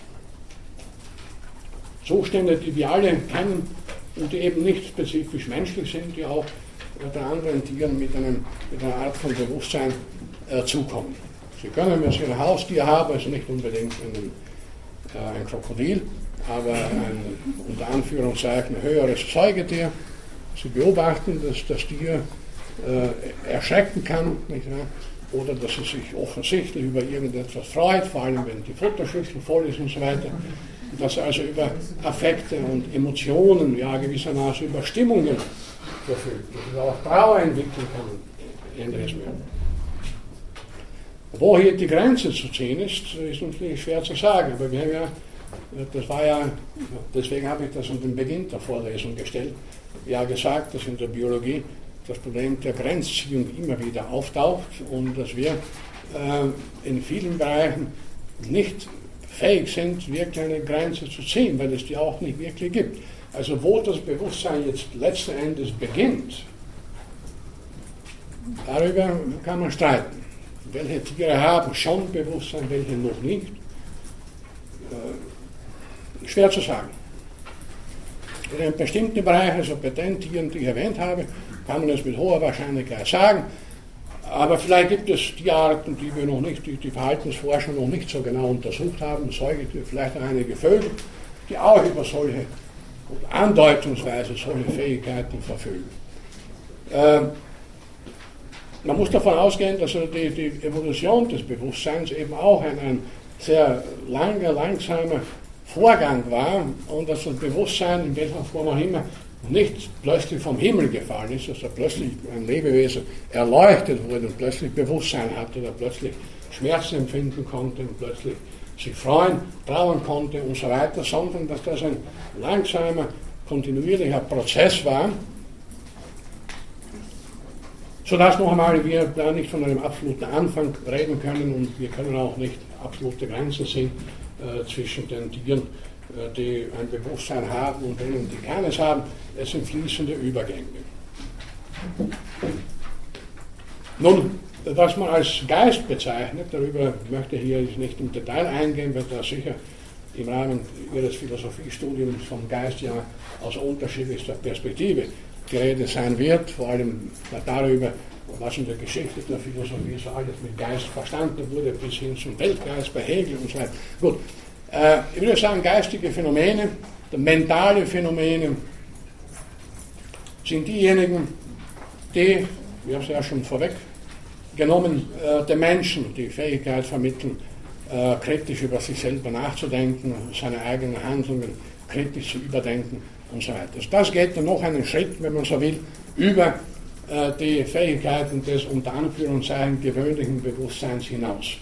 Zustände, die wir alle kennen und die eben nicht spezifisch menschlich sind, die auch bei anderen Tieren mit, einem, mit einer Art von Bewusstsein äh, zukommen. Sie können, wenn Sie ein Haustier haben, also nicht unbedingt einen, äh, ein Krokodil, aber ein unter Anführungszeichen höheres Säugetier, Sie beobachten, dass das Tier äh, erschrecken kann, nicht wahr? Oder dass es sich offensichtlich über irgendetwas freut, vor allem wenn die Futterschüssel voll ist und so weiter. Dass er also über Affekte und Emotionen, ja gewissermaßen über Stimmungen verfügt, dass er auch Trauer entwickeln kann, ähnliches mehr. Wo hier die Grenze zu ziehen ist, ist natürlich schwer zu sagen, aber wir haben ja, das war ja, deswegen habe ich das an den Beginn der Vorlesung gestellt, ja gesagt, dass in der Biologie das Problem der Grenzziehung immer wieder auftaucht und dass wir äh, in vielen Bereichen nicht fähig sind, wirklich eine Grenze zu ziehen, weil es die auch nicht wirklich gibt. Also wo das Bewusstsein jetzt letzten Endes beginnt, darüber kann man streiten. Welche Tiere haben schon Bewusstsein, welche noch nicht? Äh, schwer zu sagen. In einem bestimmten Bereich, also bei den Tieren, die ich erwähnt habe, kann man es mit hoher Wahrscheinlichkeit sagen. Aber vielleicht gibt es die Arten, die wir noch nicht, die, die Verhaltensforscher noch nicht so genau untersucht haben, Säugetiere, vielleicht auch einige Vögel, die auch über solche, andeutungsweise solche Fähigkeiten verfügen. Äh, man muss davon ausgehen, dass die, die Evolution des Bewusstseins eben auch ein, ein sehr langer, langsamer Vorgang war und dass das Bewusstsein, in welcher Form auch immer, nicht plötzlich vom Himmel gefallen ist, dass da plötzlich ein Lebewesen erleuchtet wurde und plötzlich Bewusstsein hatte oder plötzlich Schmerzen empfinden konnte und plötzlich sich freuen, trauern konnte und so weiter, sondern dass das ein langsamer, kontinuierlicher Prozess war, sodass noch einmal wir da nicht von einem absoluten Anfang reden können und wir können auch nicht absolute Grenzen sehen äh, zwischen den Tieren, äh, die ein Bewusstsein haben und denen, die keines haben. Es sind fließende Übergänge. Nun, was man als Geist bezeichnet, darüber möchte ich hier nicht im Detail eingehen, weil da sicher im Rahmen Ihres Philosophiestudiums vom Geist ja aus unterschiedlichster Perspektive die Rede sein wird, vor allem darüber, was in der Geschichte der Philosophie so alles mit Geist verstanden wurde, bis hin zum Weltgeist bei Hegel und so weiter. Gut, äh, ich würde sagen, geistige Phänomene, mentale Phänomene sind diejenigen, die, wir haben es ja schon vorweggenommen, äh, den Menschen die Fähigkeit vermitteln, äh, kritisch über sich selber nachzudenken, seine eigenen Handlungen kritisch zu überdenken und so weiter. Das geht dann noch einen Schritt, wenn man so will, über äh, die Fähigkeiten des unter Anführungszeichen gewöhnlichen Bewusstseins hinaus.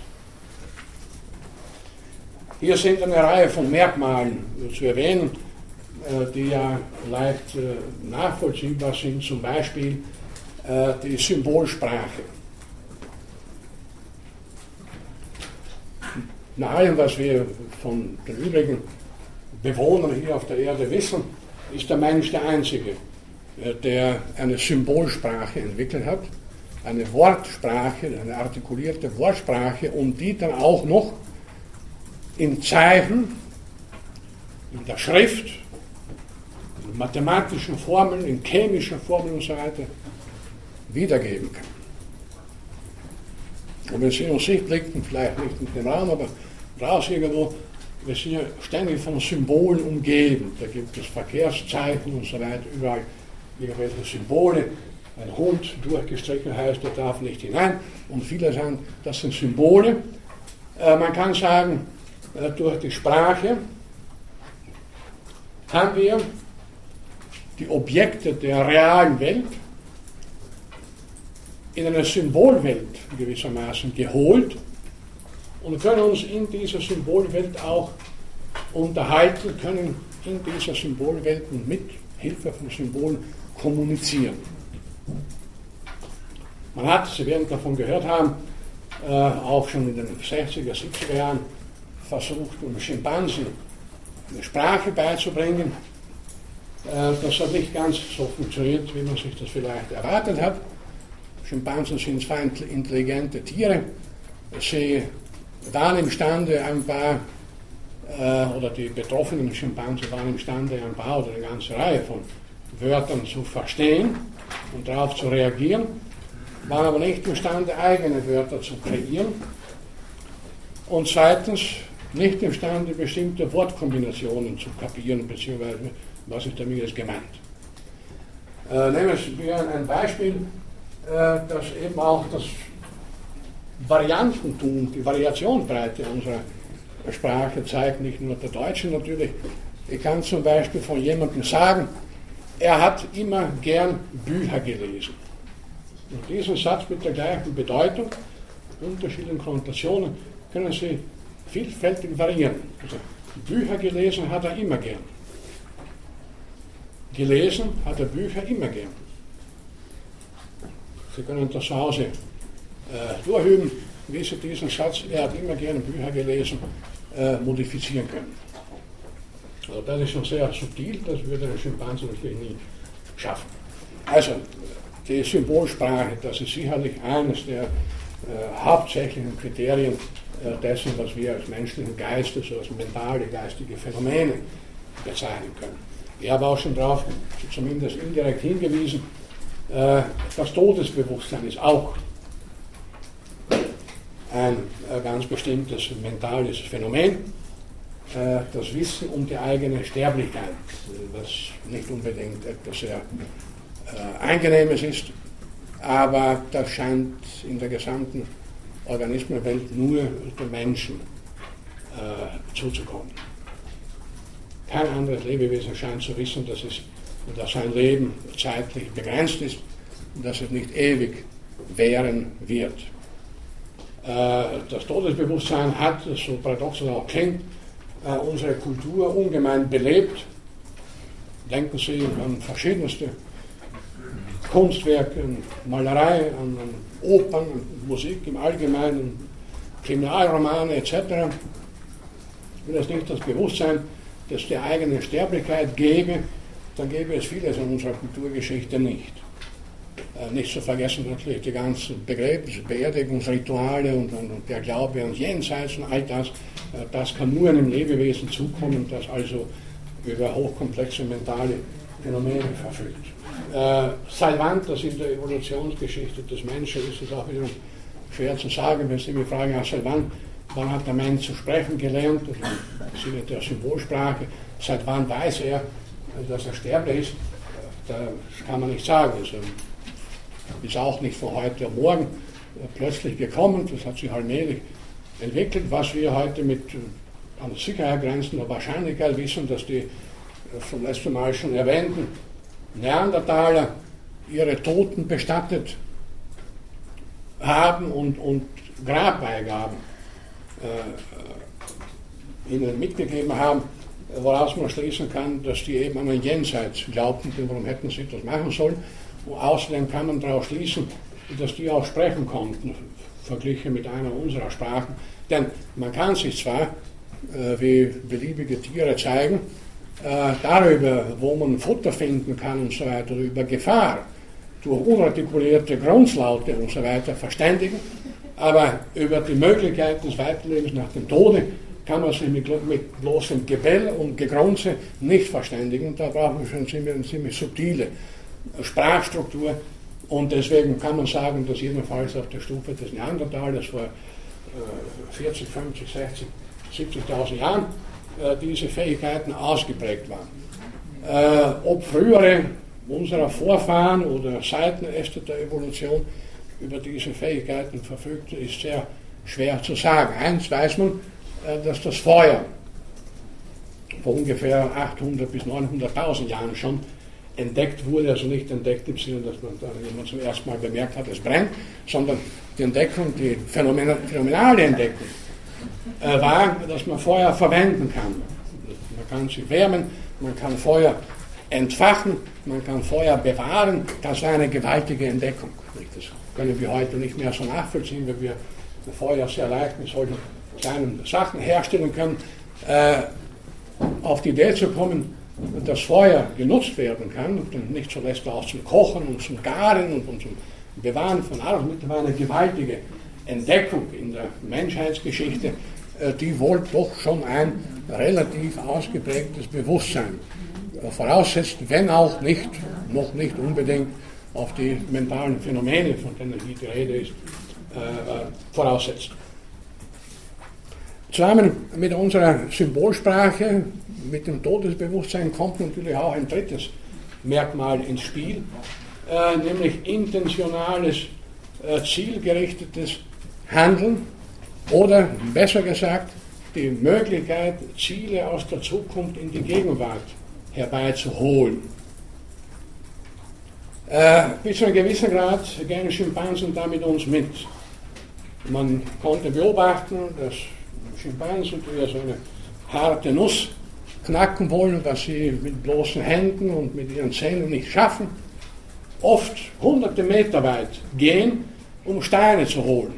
Hier sind eine Reihe von Merkmalen zu erwähnen, äh, die ja leicht äh, nachvollziehbar sind, zum Beispiel äh, die Symbolsprache. Nach allem, was wir von den übrigen Bewohnern hier auf der Erde wissen, ist der Mensch der Einzige, der eine Symbolsprache entwickelt hat, eine Wortsprache, eine artikulierte Wortsprache und die dann auch noch in Zeichen, in der Schrift, in mathematischen Formeln, in chemischen Formeln und so weiter wiedergeben kann. Und wenn Sie uns sich blicken, vielleicht nicht in den Raum, aber draußen irgendwo, wir sind ja ständig von Symbolen umgeben. Da gibt es Verkehrszeichen und so weiter, überall irgendwelche Symbole. Ein Hund durchgestrichen heißt, der darf nicht hinein. Und viele sagen, das sind Symbole. Äh, man kann sagen, äh, durch die Sprache haben wir die Objekte der realen Welt in eine Symbolwelt gewissermaßen geholt und können uns in dieser Symbolwelt auch unterhalten, können in dieser Symbolwelt mit Hilfe von Symbolen kommunizieren. Man hat, Sie werden davon gehört haben, äh, auch schon in den sechziger, siebziger Jahren versucht, um Schimpansen eine Sprache beizubringen. Äh, das hat nicht ganz so funktioniert, wie man sich das vielleicht erwartet hat. Schimpansen sind zwar intelligente Tiere, sie waren imstande, ein paar, äh, oder die betroffenen Schimpansen waren imstande, ein paar oder eine ganze Reihe von Wörtern zu verstehen und darauf zu reagieren, waren aber nicht imstande, eigene Wörter zu kreieren und zweitens nicht imstande, bestimmte Wortkombinationen zu kapieren, beziehungsweise was ist damit jetzt gemeint. Äh, nehmen wir ein Beispiel, äh, das eben auch das Variantentum, die Variationsbreite unserer Sprache zeigt, nicht nur der Deutsche natürlich. Ich kann zum Beispiel von jemandem sagen, er hat immer gern Bücher gelesen. Und diesen Satz mit der gleichen Bedeutung, unterschiedlichen Konnotationen, können Sie vielfältig variieren. Also, Bücher gelesen hat er immer gern. Gelesen hat er Bücher immer gern. Sie können das zu Hause äh, durchüben, wie Sie diesen Satz, er hat immer gerne Bücher gelesen, äh, modifizieren können. Also das ist schon sehr subtil, das würde ein Schimpanse natürlich nie schaffen. Also, die Symbolsprache, das ist sicherlich eines der äh, hauptsächlichen Kriterien äh, dessen, was wir als menschlichen Geistes, als mentale, geistige Phänomene bezeichnen können. Ich habe auch schon darauf, zumindest indirekt hingewiesen, äh, das Todesbewusstsein ist auch ein äh, ganz bestimmtes mentales Phänomen. Äh, das Wissen um die eigene Sterblichkeit, was nicht unbedingt etwas sehr äh, Angenehmes ist, aber das scheint in der gesamten Organismenwelt nur den Menschen äh, zuzukommen. Kein anderes Lebewesen scheint zu wissen, dass, es, dass sein Leben zeitlich begrenzt ist und dass es nicht ewig währen wird. Äh, das Todesbewusstsein hat, so paradox es auch klingt, äh, unsere Kultur ungemein belebt. Denken Sie an verschiedenste Kunstwerke, an Malerei, an, an Opern, an Musik im Allgemeinen, Kriminalromane et cetera. Wenn es nicht das Bewusstsein, dass die eigene Sterblichkeit gäbe, dann gäbe es vieles in unserer Kulturgeschichte nicht. Äh, nicht zu vergessen natürlich die ganzen Begräbnisse, Beerdigungsrituale und, und, und der Glaube ans Jenseits und all das. Äh, das kann nur einem Lebewesen zukommen, das also über hochkomplexe mentale Phänomene verfügt. Äh, seit wann das in der Evolutionsgeschichte des Menschen ist, ist auch wieder schwer zu sagen, wenn Sie mich fragen, ja, seit wann, wann hat der Mensch zu sprechen gelernt, also im Sinne der Symbolsprache, seit wann weiß er, dass er sterblich ist, das kann man nicht sagen. Also, ist auch nicht von heute auf morgen plötzlich gekommen, das hat sich allmählich entwickelt, was wir heute mit an Sicherheit grenzender Wahrscheinlichkeit wissen, dass die vom letzten Mal schon erwähnten Neandertaler ihre Toten bestattet haben und, und Grabbeigaben äh, ihnen mitgegeben haben, woraus man schließen kann, dass die eben an ein Jenseits glaubten, denn warum hätten sie das machen sollen? Und außerdem kann man daraus schließen, dass die auch sprechen konnten, verglichen mit einer unserer Sprachen. Denn man kann sich zwar, äh, wie beliebige Tiere zeigen, äh, darüber, wo man Futter finden kann und so weiter, über Gefahr, durch unartikulierte Grunzlaute und so weiter verständigen, aber über die Möglichkeit des Weiterlebens nach dem Tode kann man sich mit, mit bloßem Gebell und Gegrunze nicht verständigen. Da braucht man schon ziemlich, eine ziemlich subtile Sprachstruktur und deswegen kann man sagen, dass jedenfalls auf der Stufe des Neandertalers vor äh, vierzig, fünfzig, sechzig, siebzigtausend Jahren äh, diese Fähigkeiten ausgeprägt waren. Äh, ob frühere unserer Vorfahren oder Seitenäste der Evolution über diese Fähigkeiten verfügten, ist sehr schwer zu sagen. Eins weiß man, dass das Feuer vor ungefähr achthundert bis neunhunderttausend Jahren schon entdeckt wurde, also nicht entdeckt im Sinne, dass man da jemand zum ersten Mal bemerkt hat, es brennt, sondern die Entdeckung, die phänomenale Entdeckung äh, war, dass man Feuer verwenden kann. Man kann sich wärmen, man kann Feuer entfachen, man kann Feuer bewahren. Das war eine gewaltige Entdeckung. Das können wir heute nicht mehr so nachvollziehen, weil wir Feuer sehr leicht mit solchen kleinen Sachen herstellen können. Äh, auf die Idee zu kommen, dass Feuer genutzt werden kann, und nicht zuletzt auch zum Kochen und zum Garen und, und zum Bewahren von Nahrungsmitteln, war eine gewaltige Entdeckung in der Menschheitsgeschichte, äh, die wohl doch schon ein relativ ausgeprägtes Bewusstsein voraussetzt, wenn auch nicht, noch nicht unbedingt auf die mentalen Phänomene, von denen hier die Rede ist, äh, voraussetzt. Zusammen mit unserer Symbolsprache, mit dem Todesbewusstsein kommt natürlich auch ein drittes Merkmal ins Spiel, äh, nämlich intentionales, äh, zielgerichtetes Handeln oder besser gesagt die Möglichkeit, Ziele aus der Zukunft in die Gegenwart herbeizuholen. Äh, bis zu einem gewissen Grad gehen Schimpansen da mit uns mit. Man konnte beobachten, dass Schimpansen, die ja so eine harte Nuss knacken wollen, was sie mit bloßen Händen und mit ihren Zähnen nicht schaffen, oft hunderte Meter weit gehen, um Steine zu holen.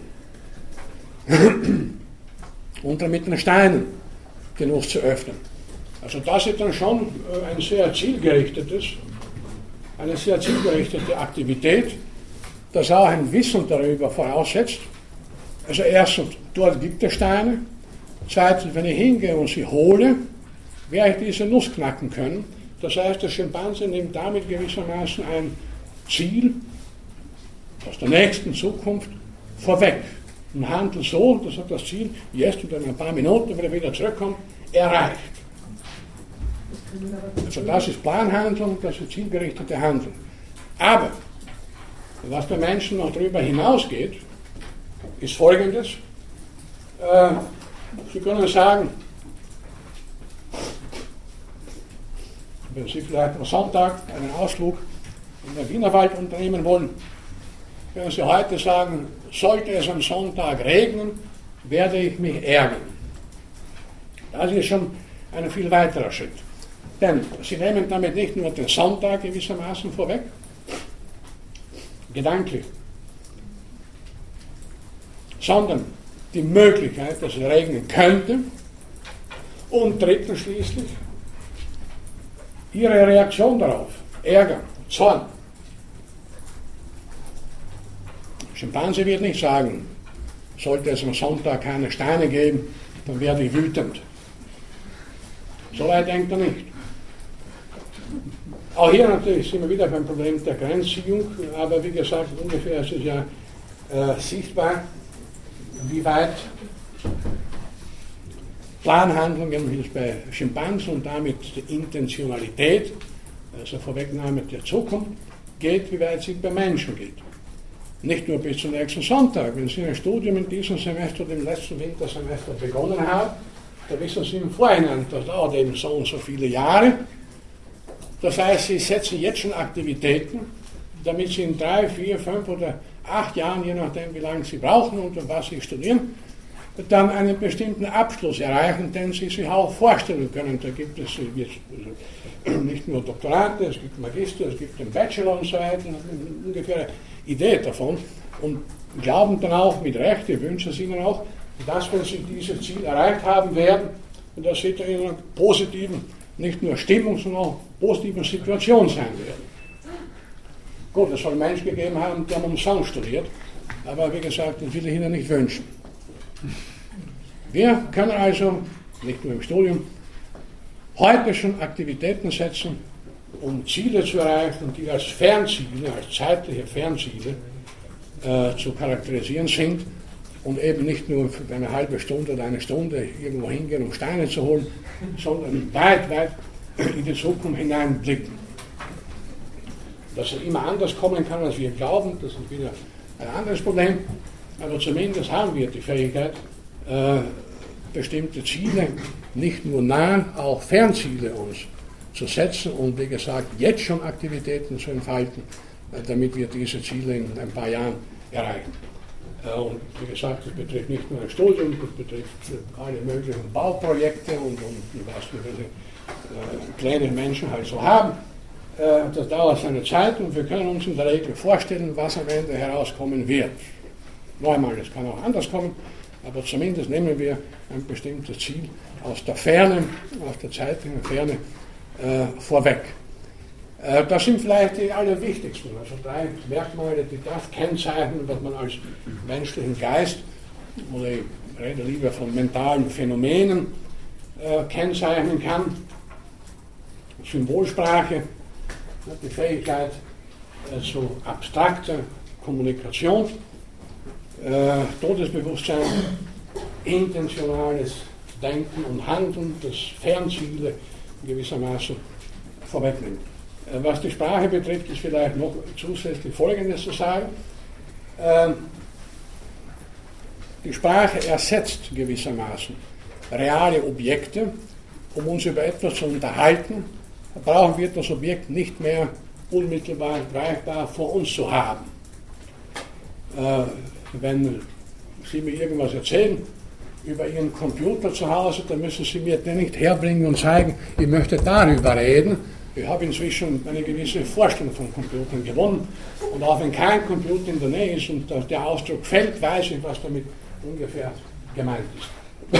Und dann mit den Steinen die Nuss zu öffnen. Also das ist dann schon ein sehr zielgerichtetes, eine sehr zielgerichtete Aktivität, das auch ein Wissen darüber voraussetzt. Also erstens, dort gibt es Steine. Zweitens, wenn ich hingehe und sie hole, werde ich diese Nuss knacken können. Das heißt, der Schimpanse nimmt damit gewissermaßen ein Ziel aus der nächsten Zukunft vorweg und handelt so, dass er das Ziel jetzt oder in ein paar Minuten, wenn er wieder zurückkommt, erreicht. Also das ist Planhandlung, das ist zielgerichtete Handlung. Aber was bei Menschen noch darüber hinausgeht, ist Folgendes. Äh, Sie können sagen, wenn Sie vielleicht am Sonntag einen Ausflug in den Wienerwald unternehmen wollen, können Sie heute sagen, sollte es am Sonntag regnen, werde ich mich ärgern. Das ist schon ein viel weiterer Schritt. Denn Sie nehmen damit nicht nur den Sonntag gewissermaßen vorweg, gedanklich, sondern die Möglichkeit, dass es regnen könnte, und drittens schließlich Ihre Reaktion darauf, Ärger, Zorn. Schimpanse wird nicht sagen, sollte es am Sonntag keine Steine geben, dann werde ich wütend. So weit denkt er nicht. Auch hier natürlich sind wir wieder beim Problem der Grenzziehung, aber wie gesagt, ungefähr ist es ja äh, sichtbar, wie weit Planhandlungen, wie es bei Schimpansen und damit die Intentionalität, also Vorwegnahme der Zukunft, geht, wie weit sie bei Menschen geht. Nicht nur bis zum nächsten Sonntag. Wenn Sie ein Studium in diesem Semester oder im letzten Wintersemester begonnen haben, da wissen Sie im Vorhinein, das dauert eben so und so viele Jahre. Das heißt, Sie setzen jetzt schon Aktivitäten, damit Sie in drei, vier, fünf oder acht Jahren, je nachdem wie lange Sie brauchen und was Sie studieren, dann einen bestimmten Abschluss erreichen, den Sie sich auch vorstellen können. Da gibt es nicht nur Doktorate, es gibt Magister, es gibt den Bachelor und so weiter, ungefähr eine Idee davon und glauben dann auch mit Recht, ich wünsche es Ihnen auch, dass wenn Sie dieses Ziel erreicht haben werden, dass Sie in einer positiven, nicht nur Stimmung, sondern auch positiven Situation sein werden. Gut, es soll Menschen gegeben haben, die haben umsonst studiert, aber wie gesagt, das will ich Ihnen nicht wünschen. Wir können also, nicht nur im Studium, heute schon Aktivitäten setzen, um Ziele zu erreichen, die als Fernziele, als zeitliche Fernziele äh, zu charakterisieren sind und eben nicht nur für eine halbe Stunde oder eine Stunde irgendwo hingehen, um Steine zu holen, sondern weit, weit in die Zukunft hineinblicken. Dass es immer anders kommen kann, als wir glauben, das ist wieder ein anderes Problem. Aber zumindest haben wir die Fähigkeit, äh, bestimmte Ziele, nicht nur nah, auch Fernziele uns zu setzen und wie gesagt, jetzt schon Aktivitäten zu entfalten, äh, damit wir diese Ziele in ein paar Jahren erreichen. Äh, und wie gesagt, das betrifft nicht nur ein Studium, das betrifft alle möglichen Bauprojekte und, und was wir diese äh, kleine Menschen halt so haben. Äh, das dauert seine Zeit und wir können uns in der Regel vorstellen, was am Ende herauskommen wird. Nochmal, es kann auch anders kommen, aber zumindest nehmen wir ein bestimmtes Ziel aus der Ferne, aus der zeitlichen Ferne äh, vorweg. Äh, das sind vielleicht die allerwichtigsten, also drei Merkmale, die das kennzeichnen, was man als menschlichen Geist, oder ich rede lieber von mentalen Phänomenen, äh, kennzeichnen kann. Symbolsprache, die Fähigkeit äh, zu abstrakter Kommunikation, äh, Todesbewusstsein, intentionales Denken und Handeln, das Fernziele gewissermaßen vorwegnimmt. Äh, was die Sprache betrifft, ist vielleicht noch zusätzlich Folgendes zu sagen. Äh, die Sprache ersetzt gewissermaßen reale Objekte, um uns über etwas zu unterhalten. Brauchen wir das Objekt nicht mehr unmittelbar greifbar vor uns zu haben. Äh, wenn Sie mir irgendwas erzählen über Ihren Computer zu Hause, dann müssen Sie mir den nicht herbringen und zeigen, ich möchte darüber reden. Ich habe inzwischen eine gewisse Vorstellung von Computern gewonnen und auch wenn kein Computer in der Nähe ist und der Ausdruck fällt, weiß ich, was damit ungefähr gemeint ist.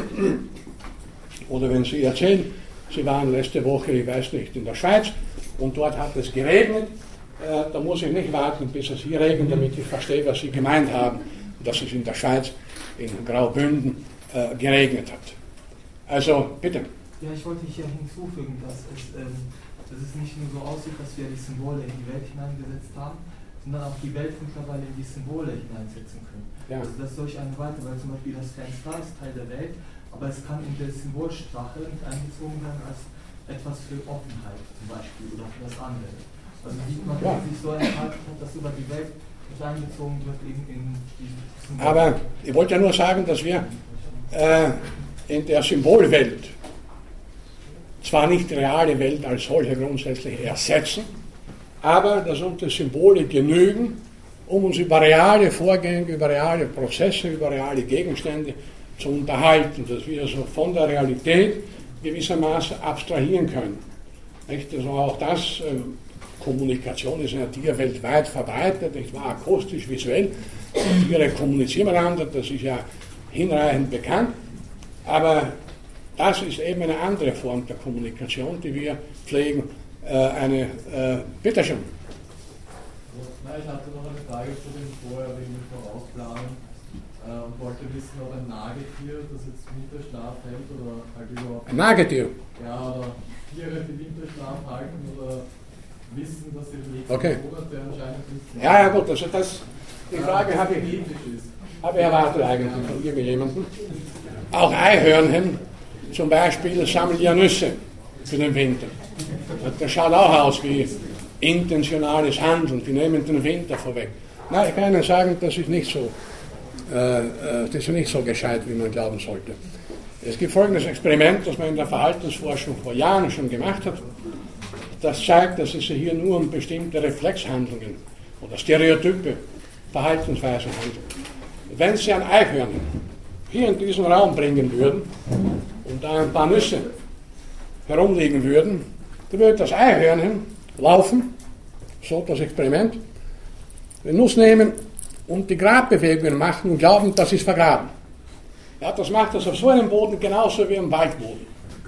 Oder wenn Sie erzählen, Sie waren letzte Woche, ich weiß nicht, in der Schweiz und dort hat es geregnet. Äh, da muss ich nicht warten, bis es hier regnet, damit ich verstehe, was Sie gemeint haben, dass es in der Schweiz, in Graubünden, äh, geregnet hat. Also, bitte. Ja, ich wollte hier hinzufügen, dass es, ähm, dass es nicht nur so aussieht, dass wir die Symbole in die Welt hineingesetzt haben, sondern auch die Welt mittlerweile in die Symbole hineinsetzen können. Ja. Also das durch eine weitere, weil zum Beispiel das Fenster ist Teil der Welt, aber es kann in der Symbolsprache mit einbezogen werden als etwas für Offenheit zum Beispiel oder für das andere. Also sieht man, ja, sich so entfaltet hat, dass über die Welt mit einbezogen wird eben in die Symbole. Aber ich wollte ja nur sagen, dass wir äh, in der Symbolwelt zwar nicht die reale Welt als solche grundsätzlich ersetzen, aber dass uns die Symbole genügen, um uns über reale Vorgänge, über reale Prozesse, über reale Gegenstände zu unterhalten, dass wir also von der Realität gewissermaßen abstrahieren können. Nicht? Also auch das, äh, Kommunikation ist in der Tierwelt weit verbreitet, nicht wahr? Akustisch, visuell. Die Tiere kommunizieren miteinander, das ist ja hinreichend bekannt, aber das ist eben eine andere Form der Kommunikation, die wir pflegen. Äh, eine, äh, bitteschön. Na, ich hatte noch eine Frage zu dem vorher wegen dem Vorausplanen äh, und wollte wissen, ob ein Nagetier, das jetzt Winterschlaf hält oder halt überhaupt. Ein Nagetier? Ja, oder Tiere, die Winterschlaf halten oder wissen, dass sie die nächsten okay. Monate anscheinend nicht. Ja, ja, gut, also das, die Frage habe ich, habe ich erwartet eigentlich von irgendjemandem. Auch Eihörnchen zum Beispiel sammeln ja Nüsse für den Winter. Das schaut auch aus wie intentionales Handeln, die nehmen den Winter vorweg. Nein, ich kann Ihnen sagen, das ist nicht so, äh, das ist nicht so gescheit, wie man glauben sollte. Es gibt folgendes Experiment, das man in der Verhaltensforschung vor Jahren schon gemacht hat. Das zeigt, dass es sich hier nur um bestimmte Reflexhandlungen oder stereotype Verhaltensweisen handelt. Wenn Sie ein Eichhörnchen hier in diesen Raum bringen würden und da ein paar Nüsse herumliegen würden, dann würde das Eichhörnchen laufen, so das Experiment, die Nuss nehmen und die Grabbewegungen machen und glauben, das ist vergraben. Ja, das macht das auf so einem Boden genauso wie am Waldboden.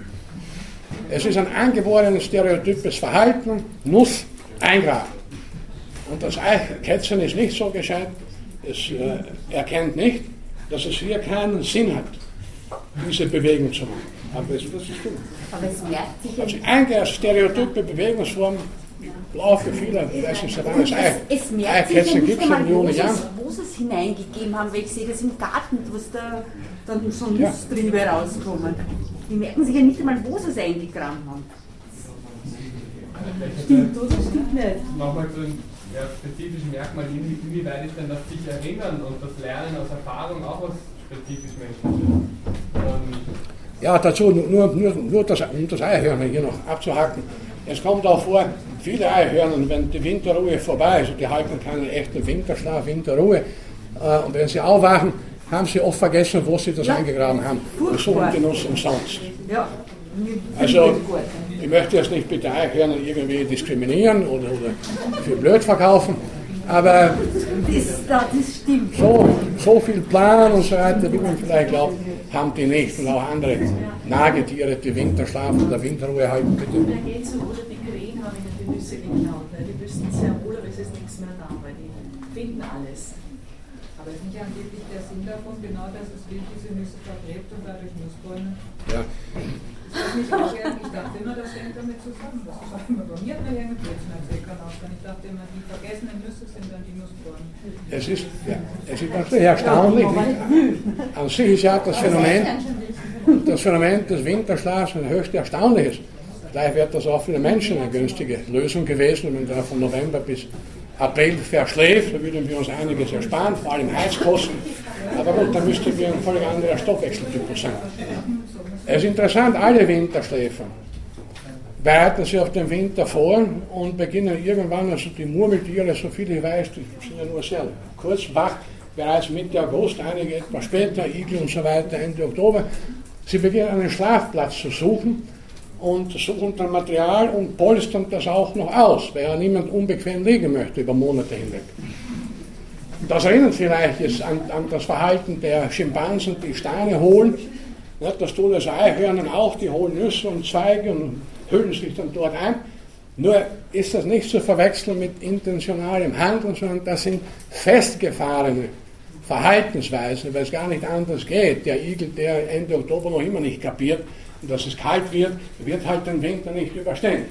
Es ist ein angeborenes stereotypes Verhalten, Nuss eingraben. Und das Eichkätzchen ist nicht so gescheit, es äh, erkennt nicht, dass es hier keinen Sinn hat, diese Bewegung zu machen. Aber es, das ist dumm. Aber es merkt sich ja also einige stereotype Bewegungsformen, ich laufe viele, ich weiß nicht, wann es Ei, es merkt sich ja nicht einmal, wo sie, Jahren. wo sie es hineingegeben haben, weil ich sehe das im Garten, wo es da dann so Nusstriebe ja. rauskommen. Die merken sich ja nicht einmal, wo sie es eingegraben haben. Stimmt, oder? Stimmt nicht. Nochmal zu den ja, spezifischen Merkmalen, inwieweit ist denn das sich erinnern und das Lernen aus Erfahrung auch was spezifisch Menschliches? Ähm, Ja, dazu nur, nur, nur das, um das Eihörner hier noch abzuhaken. Es kommt auch vor, viele Eihörner, wenn die Winterruhe vorbei ist, die halten keinen echten Winterschlaf, Winterruhe, äh, und wenn sie aufwachen, haben sie oft vergessen, wo sie das ja. eingegraben haben. Und suchen die Nuss umsonst. Ja. Also, ich möchte jetzt nicht mit Eihörnern irgendwie diskriminieren oder, oder für blöd verkaufen, aber das, das stimmt. So, so viel Plan und so weiter, wie man vielleicht glaubt, haben die nicht. Und auch andere Nagetiere, die Winterschlaf oder Winterruhe halten, bitte. Der Gänse oder die Krähen haben ihnen die Nüsse geklaut. Ne? Die wüssten sehr wohl, aber es ist nichts mehr da, weil die finden alles. Aber ist nicht angeblich der Sinn davon genau, dass es Wild diese Nüsse vergräbt und dadurch Nussbäume? Ja. Das hat mich erklärt. Ich dachte immer, das hängt damit zusammen. Das ist auch immer bei mir hat mir ja mit Blödsinn erzählt kann auch. Ich dachte immer, die vergessenen Nüsse sind dann die Nussbäume. Es ist, ja, es ist natürlich erstaunlich. An sich ist ja das Phänomen, das Phänomen des Winterschlafs ein höchst erstaunliches. Vielleicht wird das auch für die Menschen eine günstige Lösung gewesen, wenn der von November bis April verschläft, da würden wir uns einiges ersparen, vor allem Heizkosten. Aber gut, dann müssten wir ein völlig anderer Stoffwechseltypus sein. Es ist interessant, alle Winterschläfer bereiten sich auf den Winter vor und beginnen irgendwann, also die Murmeltiere, so viel ich weiß, die sind ja nur sehr kurz wach, bereits Mitte August, einige etwas später, Igel und so weiter, Ende Oktober. Sie beginnen einen Schlafplatz zu suchen und suchen dann Material und polstern das auch noch aus, weil ja niemand unbequem liegen möchte über Monate hinweg. Das erinnert vielleicht jetzt an, an das Verhalten der Schimpansen, die Steine holen. Das tun das Eihörner auch, die holen Nüsse und Zweige und hüllen sich dann dort ein. Nur ist das nicht zu verwechseln mit intentionalem Handeln, sondern das sind festgefahrene Verhaltensweisen, weil es gar nicht anders geht. Der Igel, der Ende Oktober noch immer nicht kapiert, dass es kalt wird, wird halt den Winter nicht überstehen.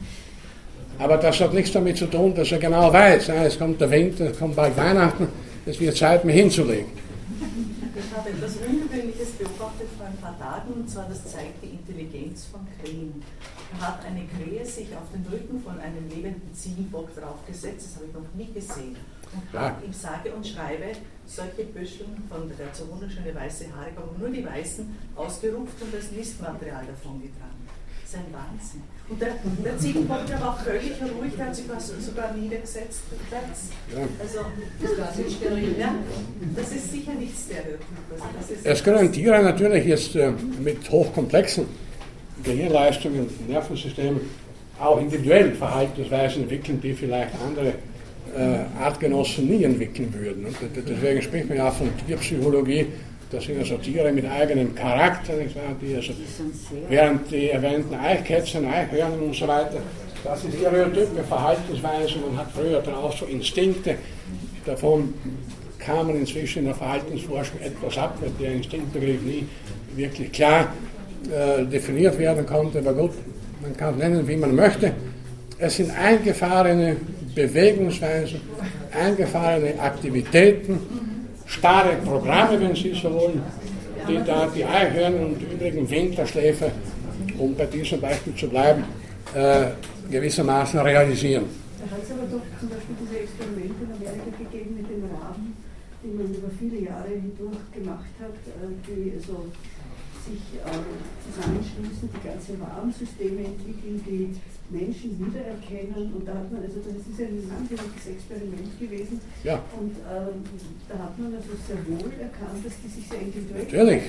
Aber das hat nichts damit zu tun, dass er genau weiß, es kommt der Winter, es kommt bald Weihnachten, es wird Zeit, mir hinzulegen. Ich habe etwas Ungewöhnliches beobachtet vor ein paar Tagen, und zwar das zeigt die Intelligenz von Krähen. Da hat eine Krähe sich auf den Rücken von einem lebenden Ziegenbock draufgesetzt, das habe ich noch nie gesehen, und ja. hat ihm sage und schreibe solche Büscheln von der so wunderschöne weiße Haare, aber nur die Weißen, ausgerupft und das Nistmaterial davon getragen. Das ist ein Wahnsinn. Und der, der Ziegenbock, der war völlig ruhig, der hat sich sogar niedergesetzt. Das, ja. Also, das ist steril. Ja, das ist sicher nicht Stereotyp. Also das ist es können Tiere natürlich jetzt äh, mit hochkomplexen Gehirnleistungen, Nervensystemen auch individuell Verhaltensweisen entwickeln, die vielleicht andere äh, Artgenossen nie entwickeln würden. Und deswegen spricht man ja von Tierpsychologie. Das sind also Tiere mit eigenem Charakter, die also, während die erwähnten Eichkätzchen, Eichhörner und so weiter, das sind stereotype Verhaltensweisen. Man hat früher dann auch so Instinkte, davon kam man inzwischen in der Verhaltensforschung etwas ab, weil der Instinktbegriff nie wirklich klar äh, definiert werden konnte. Aber gut, man kann es nennen, wie man möchte. Es sind eingefahrene Bewegungsweisen, eingefahrene Aktivitäten, starre Programme, wenn Sie so wollen, die da die Eihörner und die übrigen Winterschläfer, um bei diesem Beispiel zu bleiben, äh, gewissermaßen realisieren. Da hat es aber doch zum Beispiel diese Experimente in Amerika gegeben mit den Raben, die man über viele Jahre hindurch gemacht hat, die also sich äh, zusammenschließen, die ganze Warnsysteme entwickeln, die Menschen wiedererkennen, und da hat man, also das ist ein wahnsinniges Experiment gewesen, ja. Und ähm, da hat man also sehr wohl erkannt, dass die sich sehr individuell... Natürlich,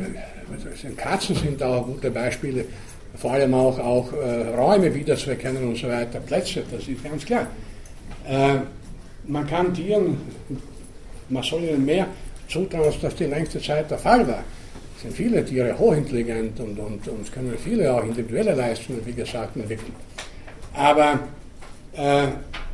äh, Katzen sind da gute Beispiele, vor allem auch, auch äh, Räume wiederzuerkennen und so weiter, Plätze, das ist ganz klar. Äh, man kann Tieren, man soll ihnen mehr zutrauen, als das die längste Zeit der Fall war. Es sind viele Tiere hochintelligent und, und, und können viele auch individuelle Leistungen, wie gesagt, entwickeln. Aber äh,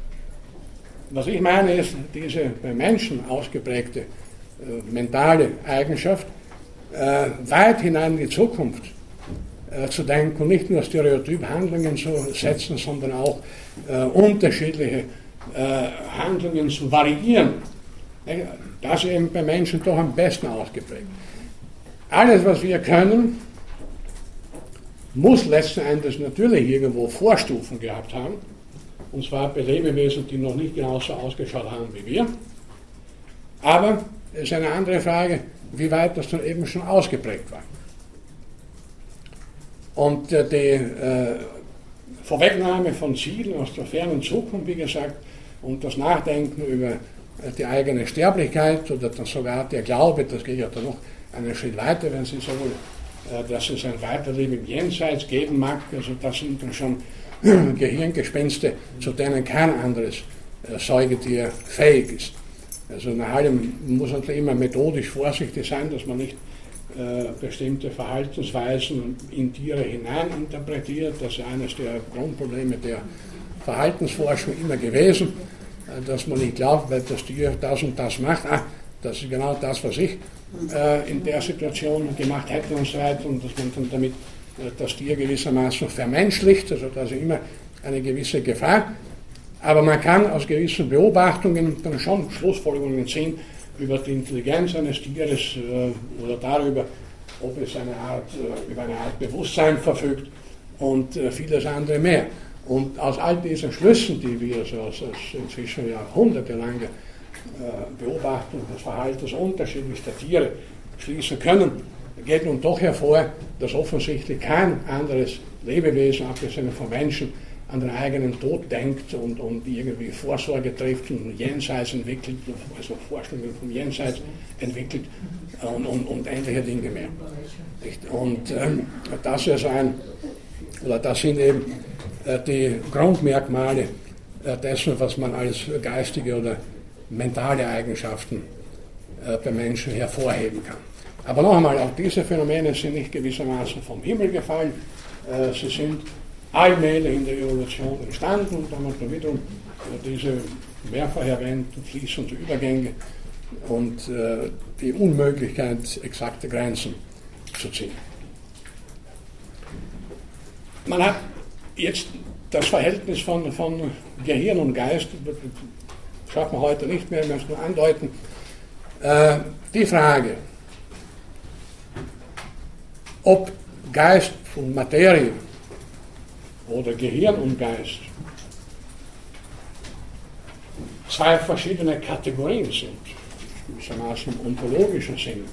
was ich meine ist, diese bei Menschen ausgeprägte äh, mentale Eigenschaft, äh, weit hinein in die Zukunft äh, zu denken und nicht nur stereotyp Handlungen zu setzen, sondern auch äh, unterschiedliche äh, Handlungen zu variieren. Das ist eben bei Menschen doch am besten ausgeprägt. Alles, was wir können, muss letzten Endes natürlich irgendwo Vorstufen gehabt haben, und zwar bei Lebewesen, die noch nicht genauso ausgeschaut haben wie wir. Aber es ist eine andere Frage, wie weit das dann eben schon ausgeprägt war. Und äh, die äh, Vorwegnahme von Zielen aus der fernen Zukunft, wie gesagt, und das Nachdenken über äh, die eigene Sterblichkeit oder dann sogar der Glaube, das geht ja dann noch einen Schritt weiter, wenn Sie so wollen, äh, dass es ein Weiterleben im Jenseits geben mag, also das sind dann schon äh, Gehirngespenste, zu denen kein anderes äh, Säugetier fähig ist. Also nach allem muss natürlich immer methodisch vorsichtig sein, dass man nicht äh, bestimmte Verhaltensweisen in Tiere hineininterpretiert. Das ist eines der Grundprobleme der Verhaltensforschung immer gewesen, äh, dass man nicht glaubt, weil das Tier das und das macht, ah, das ist genau das, was ich äh, in der Situation gemacht hätte und so weiter, und dass man dann damit äh, das Tier gewissermaßen vermenschlicht, also da ist immer eine gewisse Gefahr. Aber man kann aus gewissen Beobachtungen dann schon Schlussfolgerungen ziehen über die Intelligenz eines Tieres äh, oder darüber, ob es eine Art, äh, über eine Art Bewusstsein verfügt und äh, vieles andere mehr. Und aus all diesen Schlüssen, die wir so aus, aus inzwischen jahrhundertelange äh, Beobachtung des Verhaltens unterschiedlichster Tiere schließen können, geht nun doch hervor, dass offensichtlich kein anderes Lebewesen, abgesehen von Menschen, an den eigenen Tod denkt und, und irgendwie Vorsorge trifft und Jenseits entwickelt, also Vorstellungen vom Jenseits entwickelt und, und, und ähnliche Dinge mehr. Und ähm, das ist ein, oder das sind eben äh, die Grundmerkmale äh, dessen, was man als geistige oder mentale Eigenschaften äh, bei Menschen hervorheben kann. Aber noch einmal, auch diese Phänomene sind nicht gewissermaßen vom Himmel gefallen, äh, sie sind allmählich in der Evolution entstanden und dann hat man wiederum diese mehrfach erwähnten fließenden Übergänge und äh, die Unmöglichkeit, exakte Grenzen zu ziehen. Man hat jetzt das Verhältnis von, von Gehirn und Geist, das schafft man heute nicht mehr, ich möchte nur andeuten, äh, die Frage, ob Geist und Materie oder Gehirn und Geist zwei verschiedene Kategorien sind, gewissermaßen im ontologischen Sinne.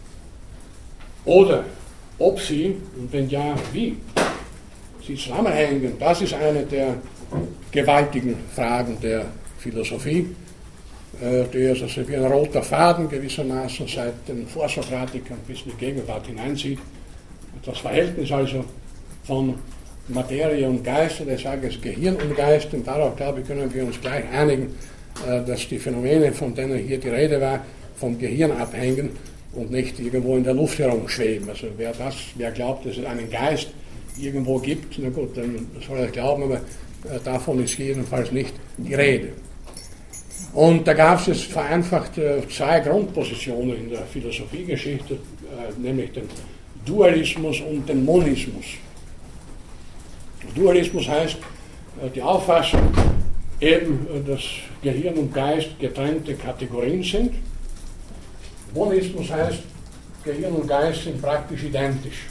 Oder ob sie, und wenn ja, wie, sie zusammenhängen, das ist eine der gewaltigen Fragen der Philosophie, die ist also wie ein roter Faden gewissermaßen seit den Vorsokratikern bis in die Gegenwart hineinzieht. Das Verhältnis also von Materie und Geist, oder ich sage es Gehirn und Geist, und darauf, glaube ich, können wir uns gleich einigen, dass die Phänomene, von denen hier die Rede war, vom Gehirn abhängen und nicht irgendwo in der Luft herumschweben. Also wer das, wer glaubt, dass es einen Geist irgendwo gibt, na gut, dann soll er glauben, aber davon ist jedenfalls nicht die Rede. Und da gab es vereinfacht zwei Grundpositionen in der Philosophiegeschichte, nämlich den Dualismus und den Monismus. Dualismus heißt die Auffassung, eben, dass Gehirn und Geist getrennte Kategorien sind. Monismus heißt, Gehirn und Geist sind praktisch identisch.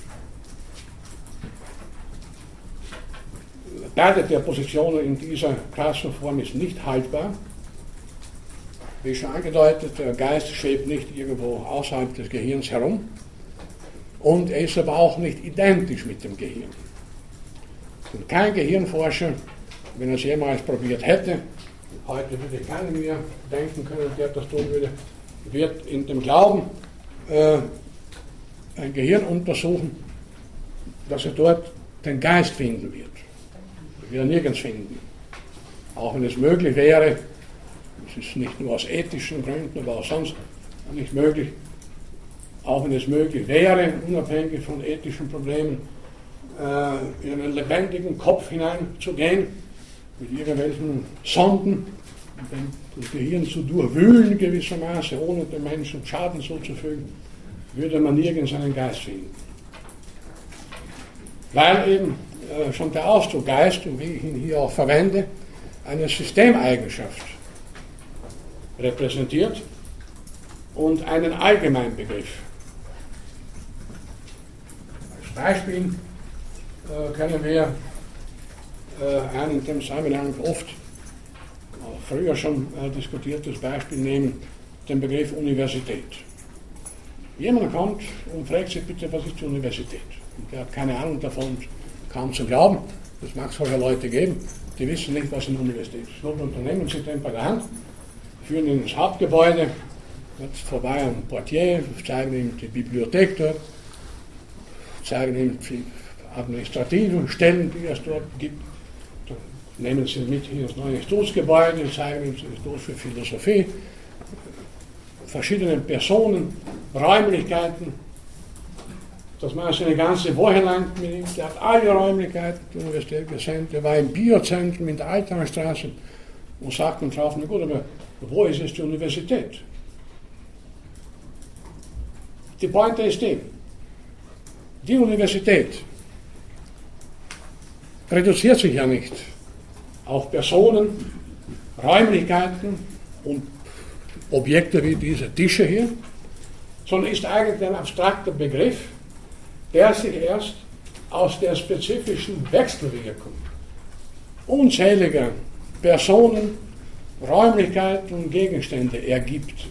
Beide der Positionen in dieser Klassenform ist nicht haltbar. Wie schon angedeutet, der Geist schwebt nicht irgendwo außerhalb des Gehirns herum und er ist aber auch nicht identisch mit dem Gehirn. Und kein Gehirnforscher, wenn er es jemals probiert hätte, heute würde keiner mehr denken können, der das tun würde, wird in dem Glauben äh, ein Gehirn untersuchen, dass er dort den Geist finden wird. Er wird er nirgends finden. Auch wenn es möglich wäre, es ist nicht nur aus ethischen Gründen, aber auch sonst nicht möglich, auch wenn es möglich wäre, unabhängig von ethischen Problemen, äh, in einen lebendigen Kopf hineinzugehen, mit irgendwelchen Sonden, das Gehirn zu durchwühlen gewissermaßen, ohne dem Menschen Schaden zuzufügen, würde man nirgends einen Geist finden. Weil eben äh, schon der Ausdruck Geist, und wie ich ihn hier auch verwende, eine Systemeigenschaft repräsentiert und einen Allgemeinbegriff. Als Beispiel äh, können wir äh, ein in dem Zusammenhang oft äh, früher schon äh, diskutiertes Beispiel nehmen, den Begriff Universität. Jemand kommt und fragt sich bitte, was ist die Universität? Und der hat keine Ahnung davon, kaum zu glauben. Das mag es solche Leute geben, die wissen nicht, was eine Universität ist. Nur unternehmen sie den bei der Hand, führen ihn ins Hauptgebäude, jetzt vorbei am Portier, zeigen ihm die Bibliothek dort, zeigen ihm die administrativen Stellen, die es dort gibt. Dann nehmen sie mit in das neue Institutsgebäude, zeigen ihm das Institut für Philosophie, verschiedene Personen, Räumlichkeiten. Das machen sie eine ganze Woche lang mit ihm. Der hat alle Räumlichkeiten der Universität gesehen. Der war im Biozentrum in der Altaustraße und sagt dann drauf, na gut, aber wo ist jetzt die Universität? Die Pointe ist die, die Universität reduziert sich ja nicht auf Personen, Räumlichkeiten und Objekte wie diese Tische hier, sondern ist eigentlich ein abstrakter Begriff, der sich erst aus der spezifischen Wechselwirkung unzähliger Personen, Räumlichkeiten und Gegenstände ergibt.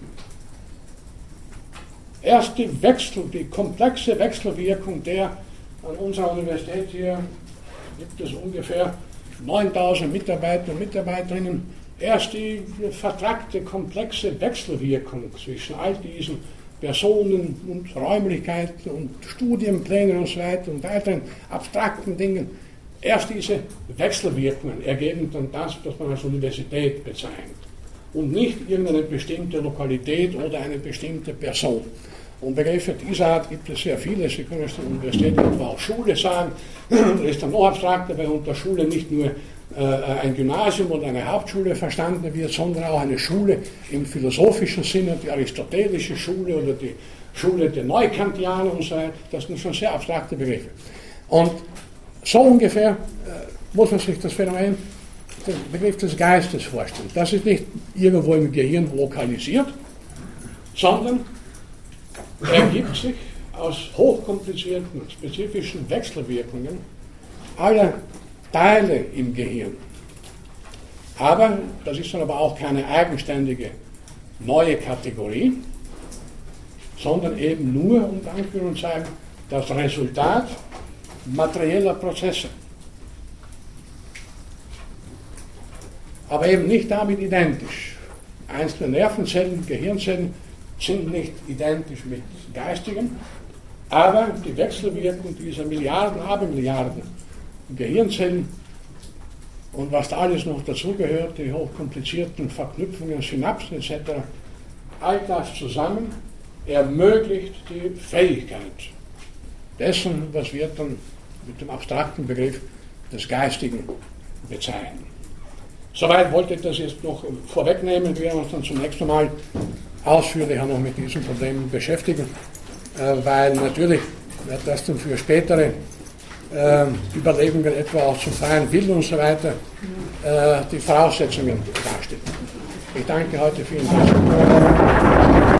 Erst die Wechsel, die komplexe Wechselwirkung der an unserer Universität hier gibt es ungefähr neuntausend Mitarbeiter und Mitarbeiterinnen. Erst die vertrackte, komplexe Wechselwirkung zwischen all diesen Personen und Räumlichkeiten und Studienplänen und so weiter und weiteren abstrakten Dingen. Erst diese Wechselwirkungen ergeben dann das, was man als Universität bezeichnet. Und nicht irgendeine bestimmte Lokalität oder eine bestimmte Person. Und Begriffe dieser Art gibt es sehr viele. Sie können es der Universität etwa auch Schule sagen. Das ist dann noch abstrakter, weil unter Schule nicht nur äh, ein Gymnasium oder eine Hauptschule verstanden wird, sondern auch eine Schule im philosophischen Sinne, die aristotelische Schule oder die Schule der Neukantianer und so weiter. Das sind schon sehr abstrakte Begriffe. Und so ungefähr äh, muss man sich das Phänomen, den Begriff des Geistes vorstellen. Das ist nicht irgendwo im Gehirn lokalisiert, sondern ergibt sich aus hochkomplizierten, spezifischen Wechselwirkungen aller Teile im Gehirn. Aber das ist dann aber auch keine eigenständige neue Kategorie, sondern eben nur, unter Anführungszeichen, das Resultat materieller Prozesse. Aber eben nicht damit identisch. Einzelne Nervenzellen, Gehirnzellen sind nicht identisch mit geistigen, aber die Wechselwirkung dieser Milliarden, Abermilliarden Gehirnzellen und was da alles noch dazugehört, die hochkomplizierten Verknüpfungen, Synapsen et cetera, all das zusammen ermöglicht die Fähigkeit dessen, was wir dann mit dem abstrakten Begriff des Geistigen bezeichnen. Soweit wollte ich das jetzt noch vorwegnehmen. Wir werden uns dann zum nächsten Mal ausführlicher noch mit diesen Problemen beschäftigen, äh, weil natürlich wird das dann für spätere äh, Überlegungen etwa auch zum freien Willen und so weiter äh, die Voraussetzungen darstellen. Ich danke heute vielen Dank.